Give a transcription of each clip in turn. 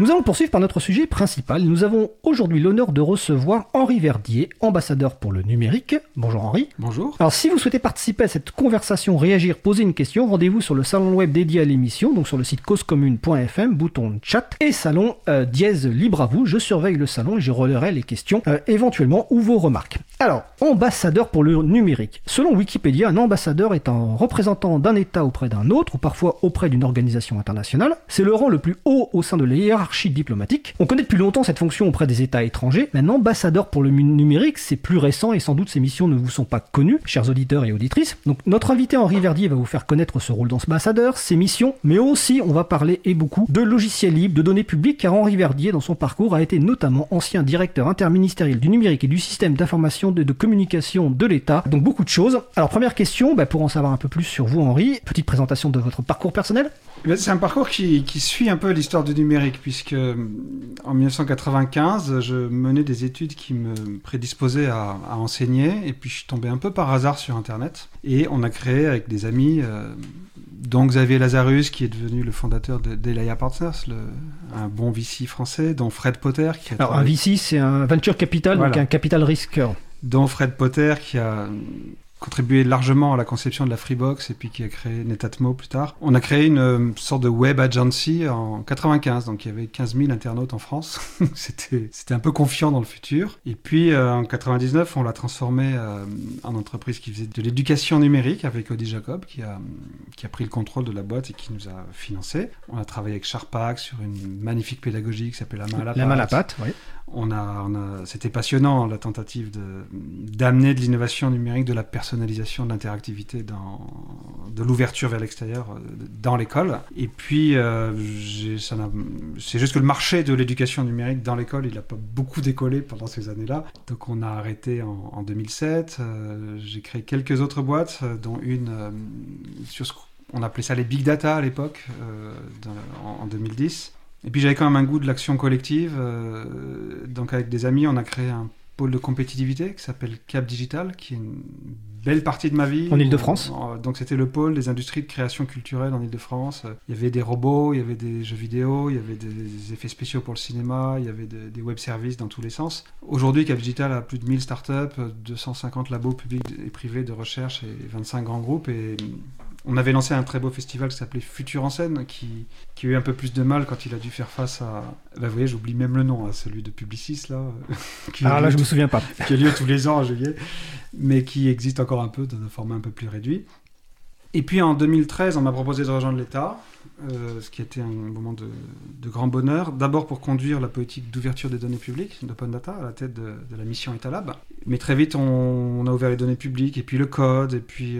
Nous allons poursuivre par notre sujet principal. Nous avons aujourd'hui l'honneur de recevoir Henri Verdier, ambassadeur pour le numérique. Bonjour Henri. Bonjour. Alors si vous souhaitez participer à cette conversation, réagir, poser une question, rendez-vous sur le salon web dédié à l'émission, donc sur le site causecommune.fm, bouton chat et salon dièse libre à vous. Je surveille le salon et je relayerai les questions éventuellement ou vos remarques. Alors, ambassadeur pour le numérique. Selon Wikipédia, un ambassadeur est un représentant d'un État auprès d'un autre ou parfois auprès d'une organisation internationale. C'est le rang le plus haut au sein de la hiérarchie diplomatique. On connaît depuis longtemps cette fonction auprès des États étrangers, mais un ambassadeur pour le numérique, c'est plus récent et sans doute ces missions ne vous sont pas connues, chers auditeurs et auditrices. Donc notre invité Henri Verdier va vous faire connaître ce rôle d'ambassadeur, ses missions, mais aussi on va parler et beaucoup de logiciels libres, de données publiques, car Henri Verdier, dans son parcours, a été notamment ancien directeur interministériel du numérique et du système d'information de communication de l'État. Donc beaucoup de choses. Alors première question, pour en savoir un peu plus sur vous Henri, petite présentation de votre parcours personnel. C'est un parcours qui suit un peu l'histoire du numérique, puisque en 1995, je menais des études qui me prédisposaient à enseigner, et puis je suis tombé un peu par hasard sur Internet, et on a créé avec des amis, dont Xavier Lazarus, qui est devenu le fondateur d'Elia Partners, un bon VC français, dont Fred Potter, qui a... Alors un VC, c'est un venture capital, voilà. Donc un capital risque. Dont Fred Potter, qui a contribué largement à la conception de la Freebox et puis qui a créé Netatmo plus tard. On a créé une sorte de web agency en 95, donc il y avait 15 000 internautes en France. C'était un peu confiant dans le futur. Et puis en 99, on l'a transformé en entreprise qui faisait de l'éducation numérique avec Audi Jacob, qui a pris le contrôle de la boîte et qui nous a financé. On a travaillé avec Sharpak sur une magnifique pédagogie qui s'appelle La main à la pâte. La main à la pâte, oui. C'était passionnant, la tentative d'amener de l'innovation numérique, de la personnalisation, de l'interactivité, de l'ouverture vers l'extérieur dans l'école. Et puis, c'est juste que le marché de l'éducation numérique dans l'école, il n'a pas beaucoup décollé pendant ces années-là. Donc on a arrêté en 2007. J'ai créé quelques autres boîtes, dont une sur ce qu'on appelait ça les big data à l'époque, en 2010. Et puis j'avais quand même un goût de l'action collective, donc avec des amis on a créé un pôle de compétitivité qui s'appelle Cap Digital, qui est une belle partie de ma vie. En Ile-de-France. Donc c'était le pôle des industries de création culturelle en Ile-de-France. Il y avait des robots, il y avait des jeux vidéo, il y avait des effets spéciaux pour le cinéma, il y avait des web services dans tous les sens. Aujourd'hui Cap Digital a plus de 1000 startups, 250 labos publics et privés de recherche et 25 grands groupes, et on avait lancé un très beau festival qui s'appelait Futur en scène, qui a eu un peu plus de mal quand il a dû faire face à... vous voyez, j'oublie même le nom, celui de Publicis, là. Là, je me souviens pas. Qui a lieu tous les ans en juillet, mais qui existe encore un peu dans un format un peu plus réduit. Et puis en 2013, on m'a proposé de rejoindre l'État, ce qui était un moment de grand bonheur. D'abord pour conduire la politique d'ouverture des données publiques, d'Open Data, à la tête de la mission Etalab. Mais très vite, on a ouvert les données publiques, et puis le code, et puis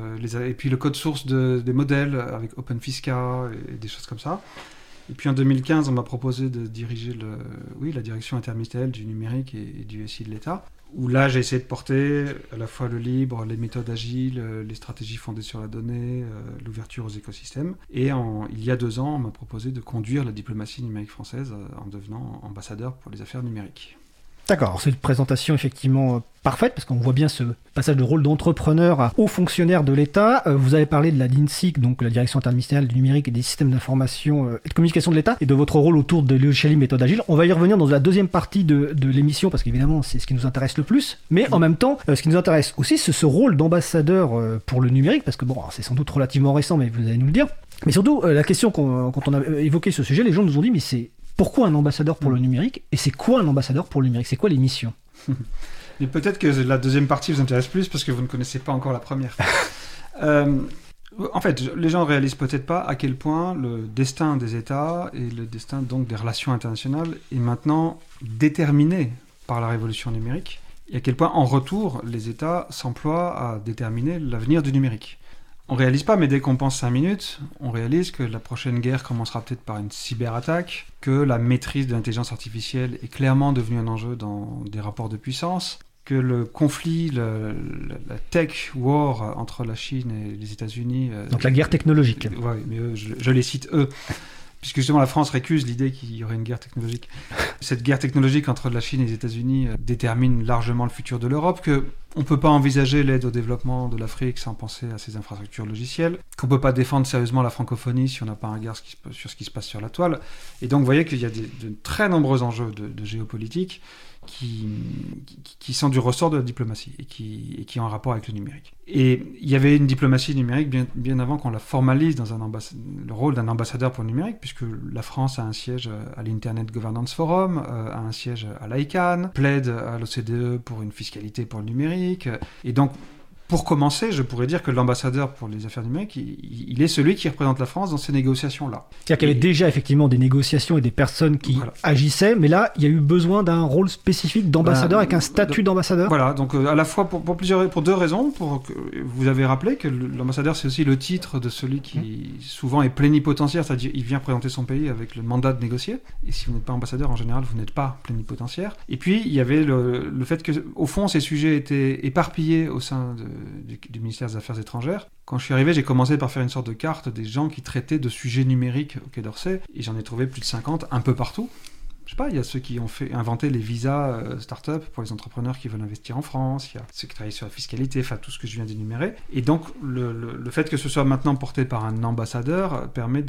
le code source des modèles avec OpenFisca et des choses comme ça. Et puis en 2015, on m'a proposé de diriger la direction interministérielle du numérique et du SI de l'État, où là j'ai essayé de porter à la fois le libre, les méthodes agiles, les stratégies fondées sur la donnée, l'ouverture aux écosystèmes. Et il y a 2 ans, on m'a proposé de conduire la diplomatie numérique française en devenant ambassadeur pour les affaires numériques. D'accord, c'est une présentation effectivement parfaite, parce qu'on voit bien ce passage de rôle d'entrepreneur à haut fonctionnaire de l'État. Vous avez parlé de la DINSIC, donc la Direction interministérielle du numérique et des systèmes d'information et de communication de l'État, et de votre rôle autour de logiciels méthode agile. On va y revenir dans la deuxième partie de l'émission, parce qu'évidemment c'est ce qui nous intéresse le plus, mais en même temps, ce qui nous intéresse aussi, c'est ce rôle d'ambassadeur pour le numérique, parce que c'est sans doute relativement récent, mais vous allez nous le dire. Mais surtout, la question, quand on a évoqué ce sujet, les gens nous ont dit, mais c'est pourquoi un ambassadeur pour le numérique ? Et c'est quoi un ambassadeur pour le numérique ? C'est quoi les missions ? Mais peut-être que la deuxième partie vous intéresse plus parce que vous ne connaissez pas encore la première. En fait, les gens ne réalisent peut-être pas à quel point le destin des États et le destin donc des relations internationales est maintenant déterminé par la révolution numérique, et à quel point en retour les États s'emploient à déterminer l'avenir du numérique. On ne réalise pas, mais dès qu'on pense 5 minutes, on réalise que la prochaine guerre commencera peut-être par une cyberattaque, que la maîtrise de l'intelligence artificielle est clairement devenue un enjeu dans des rapports de puissance, que le conflit, la tech war entre la Chine et les États-Unis... Donc la guerre technologique. Oui, mais je les cite eux, puisque justement la France récuse l'idée qu'il y aurait une guerre technologique. Cette guerre technologique entre la Chine et les États-Unis détermine largement le futur de l'Europe, on peut pas envisager l'aide au développement de l'Afrique sans penser à ses infrastructures logicielles, qu'on peut pas défendre sérieusement la francophonie si on n'a pas un regard sur ce qui se passe sur la toile. Et donc, vous voyez qu'il y a de très nombreux enjeux de géopolitique qui sont du ressort de la diplomatie et qui ont un rapport avec le numérique. Et il y avait une diplomatie numérique bien avant qu'on la formalise dans le rôle d'un ambassadeur pour le numérique, puisque la France a un siège à l'Internet Governance Forum, a un siège à l'ICANN, plaide à l'OCDE pour une fiscalité pour le numérique. Et donc, pour commencer, je pourrais dire que l'ambassadeur pour les affaires numériques, il est celui qui représente la France dans ces négociations-là. C'est-à-dire qu'il y avait déjà effectivement des négociations et des personnes qui agissaient, mais là, il y a eu besoin d'un rôle spécifique d'ambassadeur avec un statut d'ambassadeur. Voilà, donc à la fois pour deux raisons. Vous avez rappelé que l'ambassadeur, c'est aussi le titre de celui qui souvent est plénipotentiaire, c'est-à-dire il vient présenter son pays avec le mandat de négocier. Et si vous n'êtes pas ambassadeur, en général, vous n'êtes pas plénipotentiaire. Et puis, il y avait le fait que, au fond, ces sujets étaient éparpillés au sein du ministère des Affaires étrangères. Quand je suis arrivé, j'ai commencé par faire une sorte de carte des gens qui traitaient de sujets numériques au Quai d'Orsay, et j'en ai trouvé plus de 50 un peu partout. Je sais pas, il y a ceux qui ont inventé les visas start-up pour les entrepreneurs qui veulent investir en France, il y a ceux qui travaillent sur la fiscalité, enfin tout ce que je viens d'énumérer. Et donc le fait que ce soit maintenant porté par un ambassadeur permet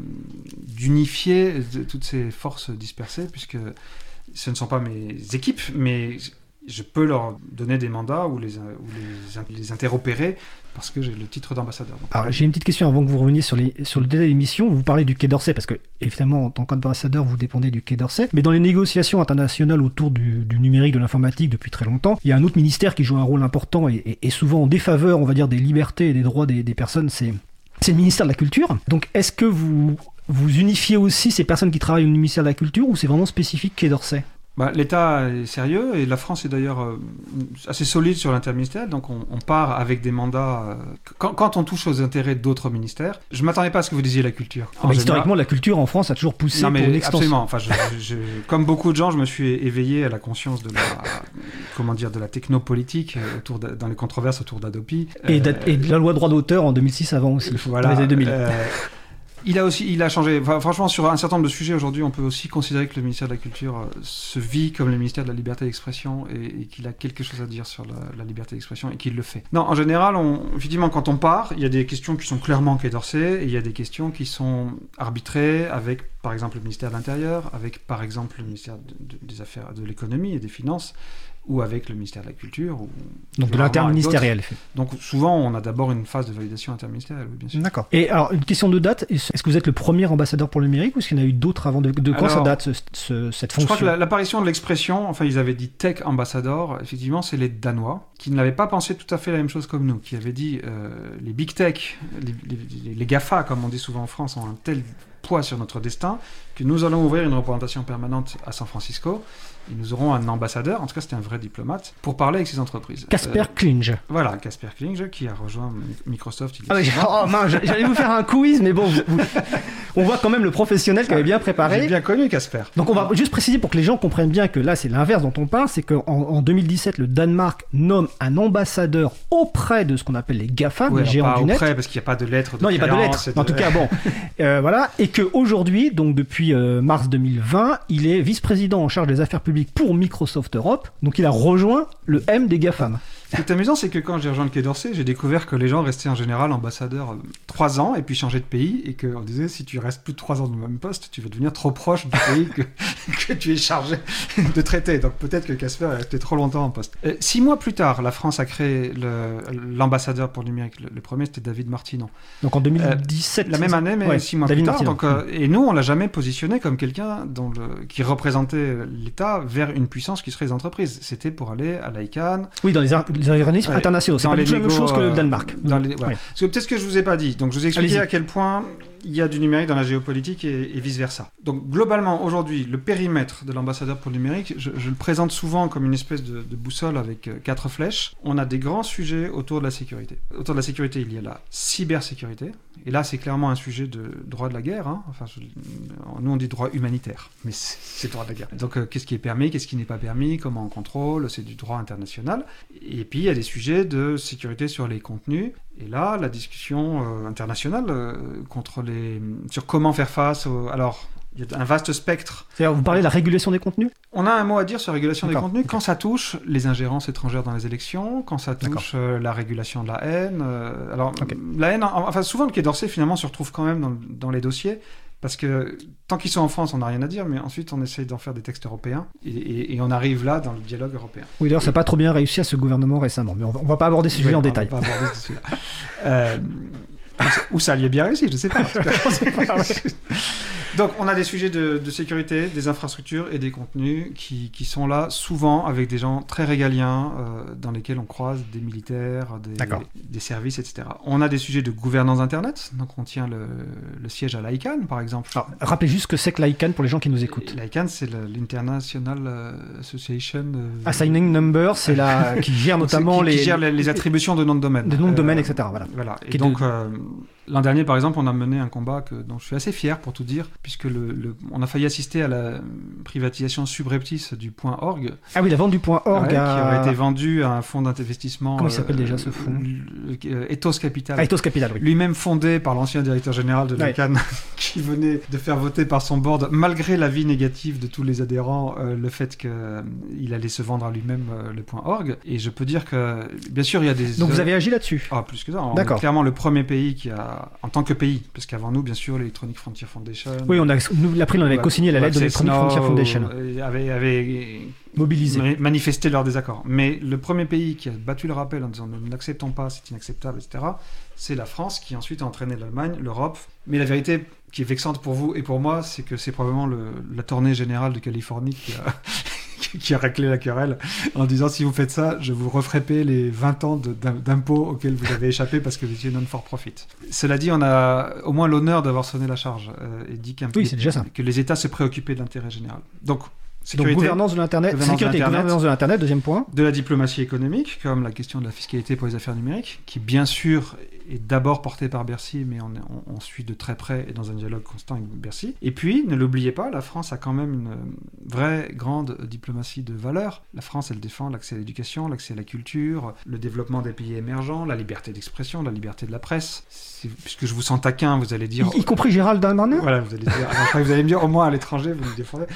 d'unifier toutes ces forces dispersées, puisque ce ne sont pas mes équipes, mais je peux leur donner des mandats ou les interopérer parce que j'ai le titre d'ambassadeur. Donc, alors, j'ai une petite question avant que vous reveniez sur le détail de l'émission. Vous parlez du Quai d'Orsay parce que, évidemment, en tant qu'ambassadeur, vous dépendez du Quai d'Orsay. Mais dans les négociations internationales autour du numérique, de l'informatique depuis très longtemps, il y a un autre ministère qui joue un rôle important et souvent en défaveur, on va dire, des libertés et des droits des personnes. C'est le ministère de la Culture. Donc, est-ce que vous unifiez aussi ces personnes qui travaillent au ministère de la Culture ou c'est vraiment spécifique Quai d'Orsay ? L'État est sérieux et la France est d'ailleurs assez solide sur l'interministériel, donc on part avec des mandats quand on touche aux intérêts d'autres ministères. Je ne m'attendais pas à ce que vous disiez la culture. Historiquement, la culture en France a toujours poussé pour une extension. Absolument. Enfin, comme beaucoup de gens, je me suis éveillé à la conscience de la technopolitique dans les controverses autour d'Adopi. Et de la loi droit d'auteur en 2006 avant aussi, voilà, dans les années 2000. Il a changé. Enfin, franchement, sur un certain nombre de sujets, aujourd'hui, on peut aussi considérer que le ministère de la Culture se vit comme le ministère de la liberté d'expression et qu'il a quelque chose à dire sur la liberté d'expression et qu'il le fait. Non, en général, effectivement, quand on part, il y a des questions qui sont clairement Quai d'Orsay et il y a des questions qui sont arbitrées avec, par exemple, le ministère de l'Intérieur, avec, par exemple, le ministère des Affaires, de l'Économie et des Finances, ou avec le ministère de la Culture. Donc de l'interministériel. Donc souvent, on a d'abord une phase de validation interministérielle, bien sûr. D'accord. Et alors, une question de date, est-ce que vous êtes le premier ambassadeur pour le numérique ou est-ce qu'il y en a eu d'autres avant de quand ça date, cette fonction ? Je crois que l'apparition de l'expression, enfin ils avaient dit Tech Ambassador, effectivement c'est les Danois, qui ne l'avaient pas pensé tout à fait la même chose comme nous, qui avaient dit les Big Tech, les GAFA, comme on dit souvent en France, ont un tel poids sur notre destin que nous allons ouvrir une représentation permanente à San Francisco. Et nous aurons un ambassadeur, en tout cas c'était un vrai diplomate, pour parler avec ces entreprises. Casper Klinge. Voilà, Casper Klinge, qui a rejoint Microsoft. J'allais vous faire un quiz, mais bon, on voit quand même le professionnel qui avait bien préparé. J'ai bien connu Casper. Donc on va juste préciser pour que les gens comprennent bien que là c'est l'inverse dont on parle, c'est qu'en 2017, le Danemark nomme un ambassadeur auprès de ce qu'on appelle les GAFA, les géants du net. Auprès, parce qu'il n'y a pas de lettre de Non, il n'y a pas de lettre. En tout cas, bon. Voilà. Et qu'aujourd'hui, donc depuis mars 2020, il est vice-président en charge des affaires publiques pour Microsoft Europe, donc il a rejoint le M des GAFAM. Ce qui est amusant, c'est que quand j'ai rejoint le Quai d'Orsay, j'ai découvert que les gens restaient en général ambassadeurs 3 ans et puis changeaient de pays, et qu'on disait si tu restes plus de 3 ans dans le même poste, tu vas devenir trop proche du pays que tu es chargé de traiter. Donc peut-être que Casper est resté trop longtemps en poste. 6 mois plus tard, la France a créé l'ambassadeur pour le numérique. Le premier, c'était David Martinon. Donc en 2017. La même année, mais 6 mois David plus tard. Martinon. Donc, et nous, on l'a jamais positionné comme quelqu'un qui représentait l'État vers une puissance qui serait les entreprises. C'était pour aller à l'ICANN. Oui, dans les organismes internationaux. C'est pas la même chose que le Danemark. Voilà. Parce que peut-être ce que je vous ai pas dit. Donc je vous ai expliqué à quel point il y a du numérique dans la géopolitique et vice-versa. Donc globalement, aujourd'hui, le périmètre de l'ambassadeur pour le numérique, je le présente souvent comme une espèce de boussole avec 4 flèches. On a des grands sujets autour de la sécurité. Autour de la sécurité, il y a la cybersécurité. Et là, c'est clairement un sujet de droit de la guerre. Hein. Enfin, nous, on dit droit humanitaire, mais c'est droit de la guerre. Donc, qu'est-ce qui est permis, qu'est-ce qui n'est pas permis, comment on contrôle, c'est du droit international. Et puis, il y a des sujets de sécurité sur les contenus. Et là, la discussion internationale sur comment faire face Alors, Il y a un vaste spectre. C'est-à-dire, vous parlez de la régulation des contenus ? On a un mot à dire sur la régulation des D'accord. contenus quand ça touche les ingérences étrangères dans les élections, quand ça touche la régulation de la haine. La haine, enfin souvent le Quai d'Orsay finalement se retrouve quand même dans les dossiers, parce que tant qu'ils sont en France, on n'a rien à dire, mais ensuite on essaye d'en faire des textes européens, et on arrive là dans le dialogue européen. Oui, d'ailleurs, ça n'a pas trop bien réussi à ce gouvernement récemment, mais on va pas aborder ce sujet en détail. On va pas aborder ce sujet-là. Où ça y est bien réussi, je ne sais pas. Donc, on a des sujets de sécurité, des infrastructures et des contenus qui sont là, souvent avec des gens très régaliens, dans lesquels on croise des militaires, des services, etc. On a des sujets de gouvernance Internet, donc on tient le siège à l'ICANN, par exemple. Alors, rappelez juste ce que c'est que l'ICANN pour les gens qui nous écoutent. L'ICANN, c'est l'International Association... Assigning Number, c'est qui gère notamment qui gère les attributions de noms de domaine. De noms de domaine, etc. Voilà. Et donc... L'an dernier, par exemple, on a mené un combat dont je suis assez fier, pour tout dire, puisque on a failli assister à la privatisation subreptice du .org. Ah oui, la vente du .org qui aurait été vendu à un fonds d'investissement... Comment il s'appelle déjà ce fonds ? Ethos Capital. Ah, Ethos Capital, oui. Lui-même fondé par l'ancien directeur général de l'ICANN, qui venait de faire voter par son board, malgré l'avis négatif de tous les adhérents, le fait qu'il allait se vendre à lui-même le .org. Et je peux dire que, bien sûr, il y a des... Donc vous avez agi là-dessus ? Ah, plus que ça. On est clairement le premier pays qui a, en tant que pays, parce qu'avant nous, bien sûr, l'Electronic Frontier Foundation... Oui, l'April, on avait co-signé la lettre de l'Electronic Frontier Foundation. avait mobilisé, manifesté leur désaccord. Mais le premier pays qui a battu le rappel en disant « nous n'acceptons pas, c'est inacceptable, etc. », c'est la France, qui ensuite a entraîné l'Allemagne, l'Europe. Mais la vérité qui est vexante pour vous et pour moi, c'est que c'est probablement la tournée générale de Californie qui a réglé la querelle en disant si vous faites ça, je vous referai payer les 20 ans d'impôts auxquels vous avez échappé parce que vous étiez non-for-profit. Cela dit, on a au moins l'honneur d'avoir sonné la charge et dit que les États se préoccupaient de l'intérêt général. Donc, gouvernance de l'Internet, sécurité et gouvernance de l'Internet, deuxième point. De la diplomatie économique, comme la question de la fiscalité pour les affaires numériques, qui bien sûr est d'abord portée par Bercy, mais on suit de très près et dans un dialogue constant avec Bercy. Et puis, ne l'oubliez pas, la France a quand même une vraie grande diplomatie de valeurs. La France, elle défend l'accès à l'éducation, l'accès à la culture, le développement des pays émergents, la liberté d'expression, la liberté de la presse. Puisque je vous sens taquin, vous allez dire... Y compris Gérald Darmanin ? Voilà, vous allez dire... Après, vous allez me dire, au moins à l'étranger, vous nous défendez.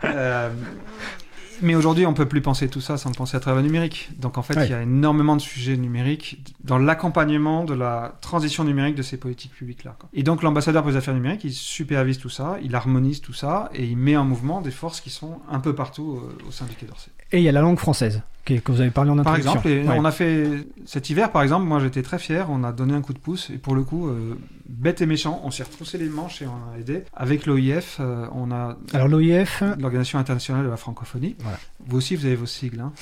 Mais aujourd'hui, on ne peut plus penser tout ça sans le penser à travers le numérique. Donc en fait, il y a énormément de sujets numériques dans l'accompagnement de la transition numérique de ces politiques publiques-là. Et donc l'ambassadeur pour les affaires numériques, il supervise tout ça, il harmonise tout ça, et il met en mouvement des forces qui sont un peu partout au sein du Quai d'Orsay. Et il y a la langue française, que vous avez parlé en introduction. Par exemple, on a fait cet hiver, par exemple, moi j'étais très fier, on a donné un coup de pouce, et pour le coup, bête et méchant, on s'est retroussé les manches et on a aidé. Avec l'OIF, on a... Alors l'OIF... l'Organisation internationale de la francophonie. Voilà. Vous aussi, vous avez vos sigles. Hein.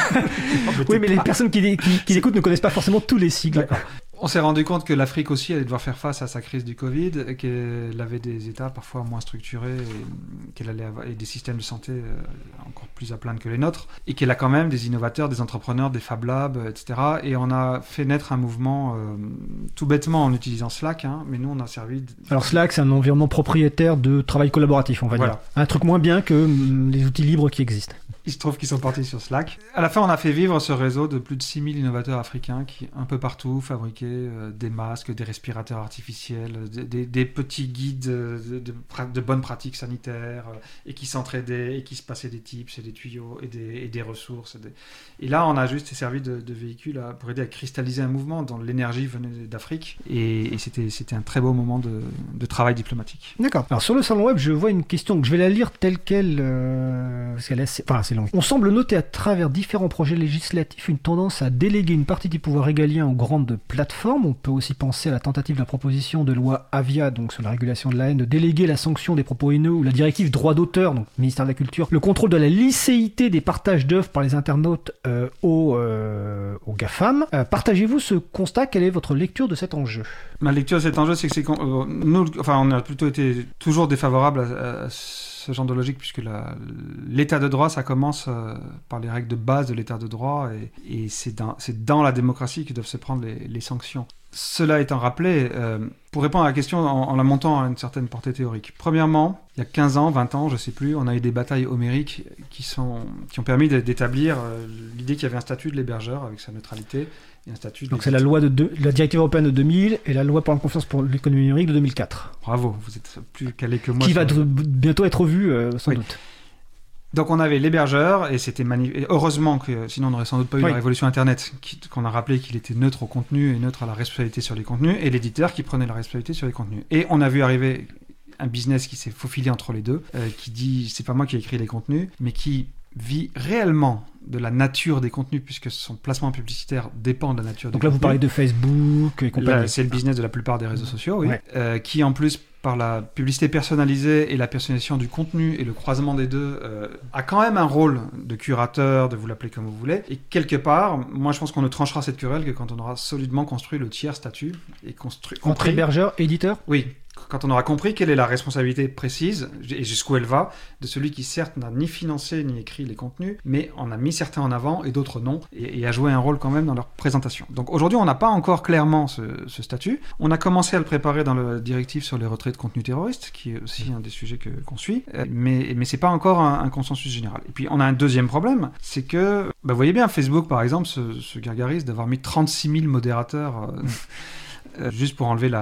Oui, mais les personnes qui l'écoutent ne connaissent pas forcément tous les sigles. D'accord. On s'est rendu compte que l'Afrique aussi allait devoir faire face à sa crise du Covid, qu'elle avait des États parfois moins structurés, et qu'elle allait avoir des systèmes de santé encore plus à plaindre que les nôtres, et qu'elle a quand même des innovateurs, des entrepreneurs, des Fab Labs, etc. Et on a fait naître un mouvement tout bêtement en utilisant Slack, mais nous on a servi... Alors Slack, c'est un environnement propriétaire de travail collaboratif, on va dire. Un truc moins bien que les outils libres qui existent. Il se trouve qu'ils sont partis sur Slack. À la fin, on a fait vivre ce réseau de plus de 6000 innovateurs africains qui, un peu partout, fabriquaient des masques, des respirateurs artificiels, des petits guides de bonnes pratiques sanitaires, et qui s'entraidaient, et qui se passaient des tips et des tuyaux et des ressources. Et là, on a juste servi de véhicule pour aider à cristalliser un mouvement dont l'énergie venait d'Afrique. Et c'était un très beau moment de travail diplomatique. D'accord. Alors sur le salon web, je vois une question que je vais la lire telle qu'elle, parce qu'elle est assez longue. On semble noter à travers différents projets législatifs une tendance à déléguer une partie du pouvoir régalien aux grandes plateformes. On peut aussi penser à la tentative de la proposition de loi Avia, donc sur la régulation de la haine, de déléguer la sanction des propos haineux, ou la directive droit d'auteur, donc ministère de la Culture, le contrôle de la licéité des partages d'œuvres par les internautes aux GAFAM. Partagez-vous ce constat? Quelle est votre lecture de cet enjeu? Ma lecture de cet enjeu, c'est que on a plutôt été toujours défavorable à ce genre de logique, puisque l'état de droit, ça commence par les règles de base de l'état de droit, et c'est dans la démocratie que doivent se prendre les sanctions. Cela étant rappelé, pour répondre à la question en la montant à une certaine portée théorique. Premièrement, il y a 15 ans, 20 ans, je ne sais plus, on a eu des batailles homériques qui ont permis d'établir l'idée qu'il y avait un statut de l'hébergeur avec sa neutralité et un statut de... Donc c'est la directive européenne de 2000 et la loi pour la confiance pour l'économie numérique de 2004. Bravo, vous êtes plus calé que moi. Qui va bientôt être revue, sans doute. Donc on avait l'hébergeur, et c'était et heureusement que sinon on n'aurait sans doute pas eu la révolution Internet, qu'on a rappelé qu'il était neutre au contenu et neutre à la responsabilité sur les contenus, et l'éditeur qui prenait la responsabilité sur les contenus. Et on a vu arriver un business qui s'est faufilé entre les deux, qui dit c'est pas moi qui ai écrit les contenus, mais qui vit réellement de la nature des contenus, puisque son placement publicitaire dépend de la nature des contenus. Donc là, vous parlez de Facebook et compagnie. C'est le business de la plupart des réseaux sociaux, oui. Qui en plus, par la publicité personnalisée et la personnalisation du contenu et le croisement des deux, a quand même un rôle de curateur, de vous l'appeler comme vous voulez. Et quelque part, moi je pense qu'on ne tranchera cette querelle que quand on aura solidement construit le tiers statut et entre hébergeur et éditeur. Oui. Quand on aura compris quelle est la responsabilité précise et jusqu'où elle va de celui qui certes n'a ni financé ni écrit les contenus, mais en a mis certains en avant et d'autres non, et a joué un rôle quand même dans leur présentation. Donc aujourd'hui, on n'a pas encore clairement ce statut. On a commencé à le préparer dans la directive sur les retraits de contenu terroriste, qui est aussi un des sujets qu'on suit, mais c'est pas encore un consensus général. Et puis on a un deuxième problème, c'est que, vous voyez bien, Facebook par exemple se gargarise d'avoir mis 36 000 modérateurs... juste pour enlever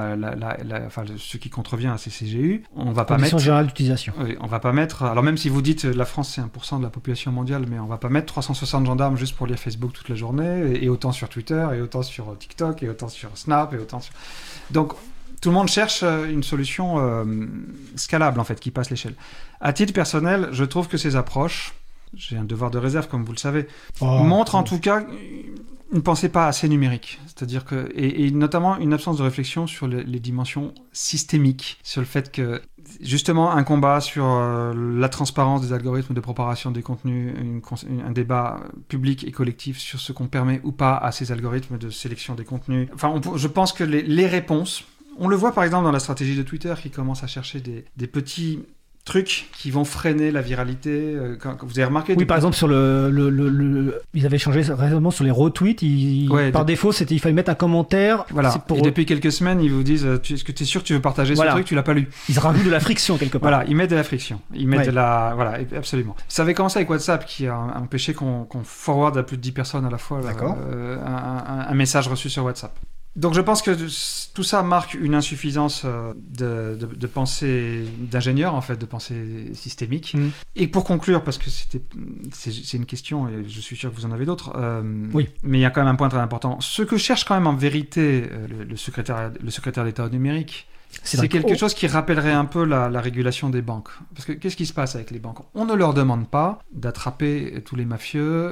ce qui contrevient à ces CGU, on va pas mettre... Conditions générales d'utilisation. Oui, on va pas mettre... Alors même si vous dites la France c'est 1% de la population mondiale, mais on va pas mettre 360 gendarmes juste pour lire Facebook toute la journée, et autant sur Twitter, et autant sur TikTok, et autant sur Snap, et autant sur... Donc tout le monde cherche une solution scalable en fait, qui passe l'échelle. À titre personnel, je trouve que ces approches, j'ai un devoir de réserve comme vous le savez, montrent en tout cas... une pensée pas assez numérique, c'est-à-dire que et notamment une absence de réflexion sur les dimensions systémiques, sur le fait que justement un combat sur la transparence des algorithmes de propagation des contenus, un débat public et collectif sur ce qu'on permet ou pas à ces algorithmes de sélection des contenus. Enfin, je pense que les réponses, on le voit par exemple dans la stratégie de Twitter qui commence à chercher des petits trucs qui vont freiner la viralité. Quand vous avez remarqué... Oui, par exemple, sur ils avaient changé récemment sur les retweets. Par défaut, il fallait mettre un commentaire. Voilà. Et depuis quelques semaines, ils vous disent est-ce que tu es sûr que tu veux partager ce truc, tu l'as pas lu. Ils rajoutent de la friction quelque part. Voilà, ils mettent de la friction. Ils mettent de la... Voilà, absolument. Ça avait commencé avec WhatsApp qui a empêché qu'on forward à plus de 10 personnes à la fois un message reçu sur WhatsApp. Donc je pense que tout ça marque une insuffisance de pensée d'ingénieur, en fait, de pensée systémique. Et pour conclure, parce que c'est une question, et je suis sûr que vous en avez d'autres, mais il y a quand même un point très important. Ce que cherche quand même en vérité le secrétaire d'État au numérique, c'est quelque chose qui rappellerait un peu la régulation des banques. Parce que qu'est-ce qui se passe avec les banques ? On ne leur demande pas d'attraper tous les mafieux,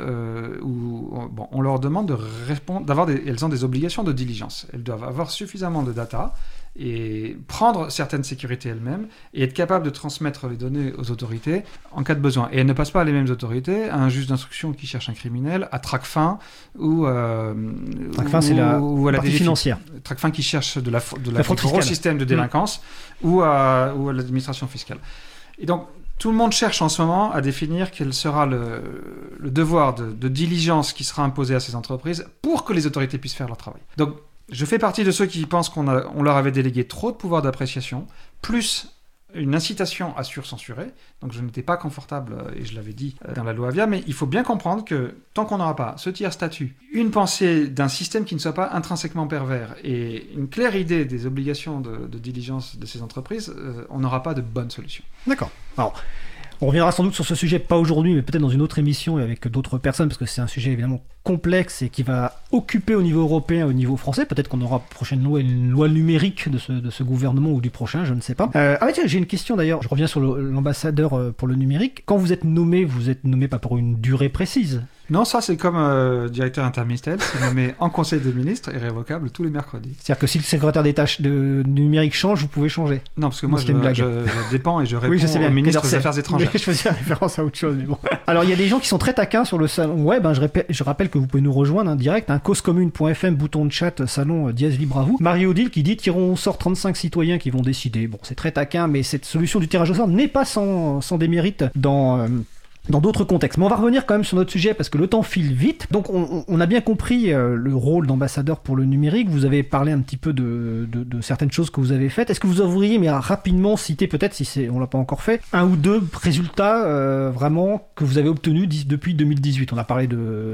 on leur demande de répondre, elles ont des obligations de diligence. Elles doivent avoir suffisamment de data et prendre certaines sécurités elles-mêmes et être capables de transmettre les données aux autorités en cas de besoin. Et elles ne passent pas à les mêmes autorités, à un juge d'instruction qui cherche un criminel, à Tracfin ou Tracfin, c'est la partie financière. Tracfin qui cherche de la fraude fiscale, système de délinquance ou à l'administration fiscale. Et donc tout le monde cherche en ce moment à définir quel sera le devoir de diligence qui sera imposé à ces entreprises pour que les autorités puissent faire leur travail. Donc je fais partie de ceux qui pensent qu'on leur avait délégué trop de pouvoir d'appréciation, plus une incitation à surcensurer. Donc je n'étais pas confortable, et je l'avais dit dans la loi Avia, mais il faut bien comprendre que tant qu'on n'aura pas ce tiers statut, une pensée d'un système qui ne soit pas intrinsèquement pervers et une claire idée des obligations de diligence de ces entreprises, on n'aura pas de bonne solution. D'accord. Alors, on reviendra sans doute sur ce sujet, pas aujourd'hui, mais peut-être dans une autre émission et avec d'autres personnes, parce que c'est un sujet évidemment complexe et qui va occuper au niveau européen, au niveau français. Peut-être qu'on aura prochainement une loi numérique de ce gouvernement ou du prochain, je ne sais pas. Tiens, j'ai une question d'ailleurs. Je reviens sur l'ambassadeur pour le numérique. Quand vous êtes nommé pas pour une durée précise. Non, ça c'est comme directeur interministériel, c'est nommé en Conseil des ministres et révocable tous les mercredis. C'est-à-dire que si le secrétaire d'État de numérique change, vous pouvez changer. Non, parce que moi je dépends et je réponds au ministre des Affaires étrangères. Je faisais référence à autre chose, mais bon. Alors il y a des gens qui sont très taquins sur le salon web. Je rappelle que vous pouvez nous rejoindre en direct, causecommune.fm, bouton de chat, salon dièse libre à vous. Marie-Odile qui dit tirons au sort 35 citoyens qui vont décider. Bon, c'est très taquin, mais cette solution du tirage au sort n'est pas sans démérite dans dans d'autres contextes. Mais on va revenir quand même sur notre sujet parce que le temps file vite. Donc on a bien compris le rôle d'ambassadeur pour le numérique. Vous avez parlé un petit peu de certaines choses que vous avez faites. Est-ce que vous ouvriez, mais rapidement citer peut-être, si on l'a pas encore fait, un ou deux résultats vraiment que vous avez obtenus depuis 2018? On a parlé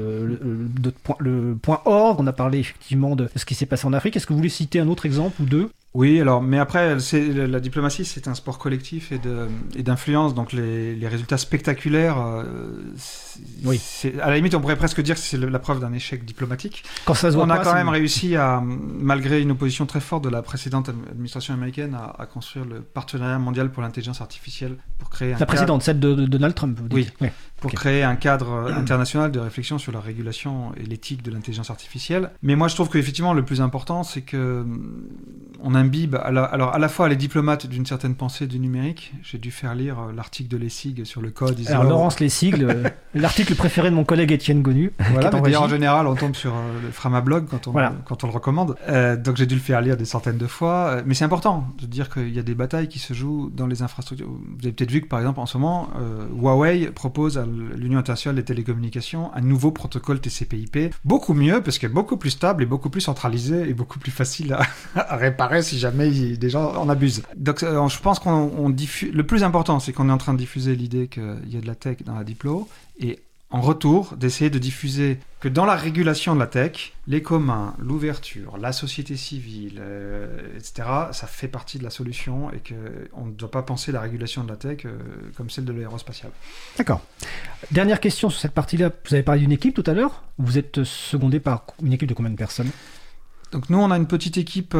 le point .org, on a parlé effectivement de ce qui s'est passé en Afrique. Est-ce que vous voulez citer un autre exemple ou deux? Oui, alors, mais après, la diplomatie, c'est un sport collectif et d'influence, donc les résultats spectaculaires, oui. À la limite, on pourrait presque dire que c'est la preuve d'un échec diplomatique. Quand ça se voit on a quand même réussi malgré une opposition très forte de la précédente administration américaine, à construire le partenariat mondial pour l'intelligence artificielle, pour créer la précédente, celle de Donald Trump, vous dites. Oui. Pour créer un cadre international de réflexion sur la régulation et l'éthique de l'intelligence artificielle. Mais moi, je trouve qu'effectivement, le plus important, c'est que on imbibe à la fois les diplomates d'une certaine pensée du numérique. J'ai dû faire lire l'article de Lessig sur le code. Alors, Laurence Lessig, l'article préféré de mon collègue Étienne Gonu. Voilà, mais d'ailleurs, en général, on tombe sur le Framablog quand on le recommande. Donc, j'ai dû le faire lire des centaines de fois. Mais c'est important de dire qu'il y a des batailles qui se jouent dans les infrastructures. Vous avez peut-être vu que, par exemple, en ce moment, Huawei propose à l'Union internationale des télécommunications un nouveau protocole TCP/IP, beaucoup mieux parce qu'il est beaucoup plus stable et beaucoup plus centralisé et beaucoup plus facile à réparer si jamais des gens en abusent. Donc je pense qu'on diffuse. Le plus important, c'est qu'on est en train de diffuser l'idée qu'il y a de la tech dans la diplo, et en retour d'essayer de diffuser que dans la régulation de la tech, les communs, l'ouverture, la société civile, etc., ça fait partie de la solution et qu'on ne doit pas penser la régulation de la tech comme celle de l'aérospatiale. D'accord. Dernière question sur cette partie-là. Vous avez parlé d'une équipe tout à l'heure. Vous êtes secondé par une équipe de combien de personnes ? Donc nous, on a une petite équipe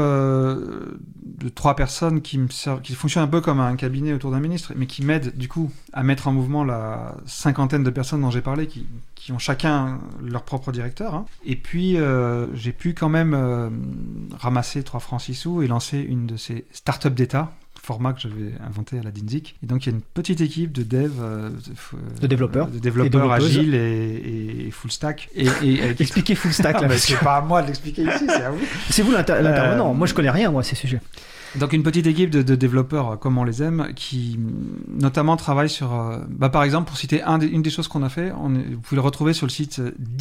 de 3 personnes qui fonctionne un peu comme un cabinet autour d'un ministre, mais qui m'aident du coup à mettre en mouvement la cinquantaine de personnes dont j'ai parlé, qui ont chacun leur propre directeur. Hein. Et puis, j'ai pu quand même ramasser 3 francs 6 sous et lancer une de ces startups d'État, format que j'avais inventé à la DINSIC. Et donc, il y a une petite équipe de de développeurs agiles et full stack. Expliquez full stack, là. C'est pas à moi de l'expliquer ici, c'est à vous. C'est vous l'intervenant. Moi, je connais rien, moi, à ces sujets. Donc une petite équipe de développeurs comme on les aime, qui notamment travaillent sur... par exemple, pour citer une des choses qu'on a fait, vous pouvez le retrouver sur le site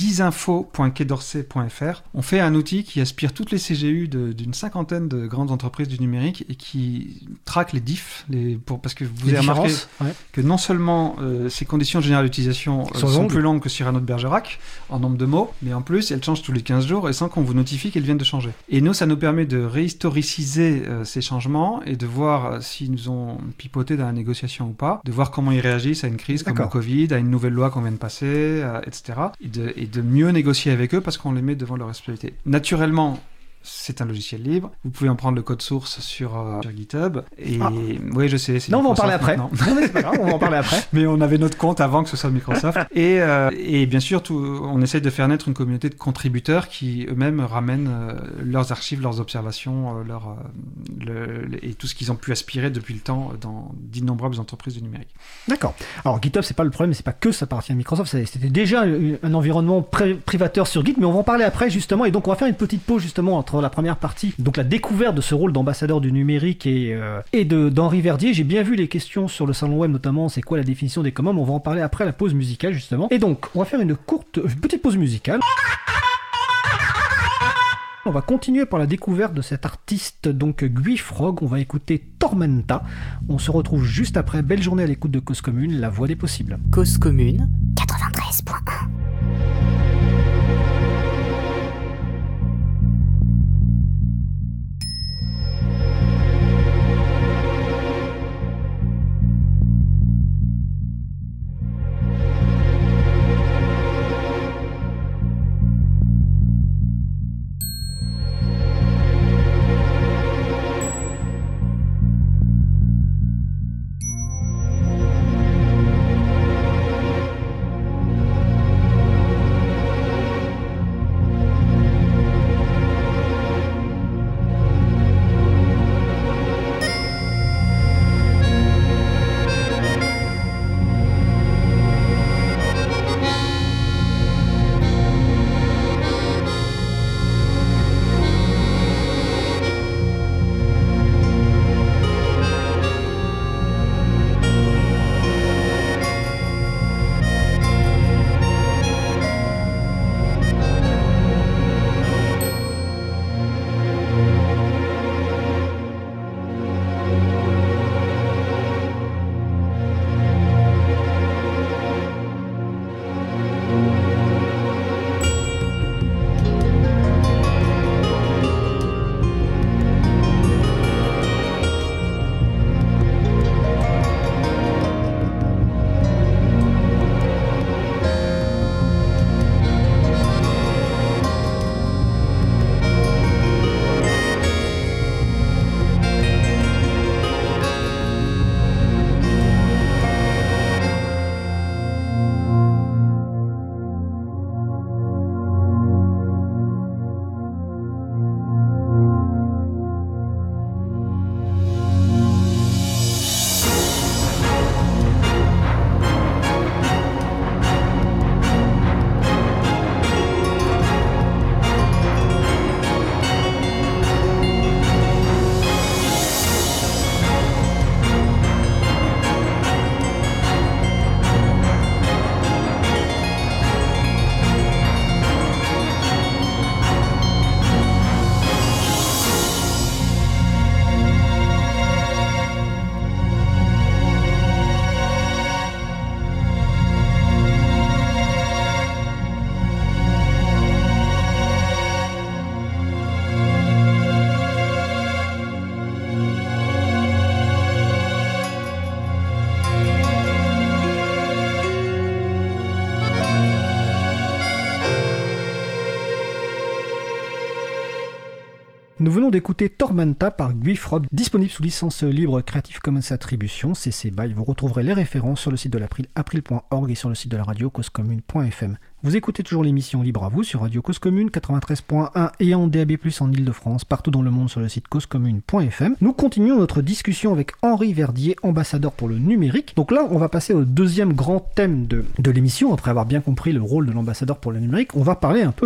10info.quaidorsay.fr. On fait un outil qui aspire toutes les CGU d'une cinquantaine de grandes entreprises du numérique et qui traque les diffs, parce que vous avez remarqué que non seulement ces conditions générales d'utilisation sont plus longues que Cyrano de Bergerac en nombre de mots, mais en plus elles changent tous les 15 jours et sans qu'on vous notifie qu'elles viennent de changer. Et nous, ça nous permet de réhistoriciser ces changements et de voir s'ils nous ont pipoté dans la négociation ou pas, de voir comment ils réagissent à une crise comme le Covid, à une nouvelle loi qu'on vient de passer, etc. Et de mieux négocier avec eux parce qu'on les met devant leur responsabilité. Naturellement, c'est un logiciel libre. Vous pouvez en prendre le code source sur GitHub. Et oui, je sais. Non, on va en parler après. Non, mais c'est pas grave, on va en parler après. Mais on avait notre compte avant que ce soit Microsoft. Et bien sûr, on essaye de faire naître une communauté de contributeurs qui eux-mêmes ramènent leurs archives, leurs observations, et tout ce qu'ils ont pu aspirer depuis le temps dans d'innombrables entreprises du numérique. D'accord. Alors GitHub, c'est pas le problème, mais c'est pas que ça appartient à Microsoft. C'était déjà un environnement privateur sur Git, mais on va en parler après justement. Et donc on va faire une petite pause justement entre la première partie, donc la découverte de ce rôle d'ambassadeur du numérique et d'Henri Verdier. J'ai bien vu les questions sur le salon web, notamment c'est quoi la définition des communs, mais on va en parler après la pause musicale justement. Et donc on va faire une petite pause musicale. On va continuer par la découverte de cet artiste, donc Guy Frog. On va écouter Tormenta. On se retrouve juste après. Belle journée à l'écoute de Cause Commune, la voix des possibles. Cause Commune 93.1. Nous venons d'écouter Tormenta par Guy Frog, disponible sous licence libre Creative Commons Attribution, CC BY. Vous retrouverez les références sur le site de l'April, april.org et sur le site de la radio causecommune.fm. Vous écoutez toujours l'émission Libre à vous sur Radio Cause Commune 93.1 et en DAB+, en Ile-de-France, partout dans le monde sur le site causecommune.fm. Nous continuons notre discussion avec Henri Verdier, ambassadeur pour le numérique. Donc là, on va passer au deuxième grand thème de l'émission. Après avoir bien compris le rôle de l'ambassadeur pour le numérique, on va parler un peu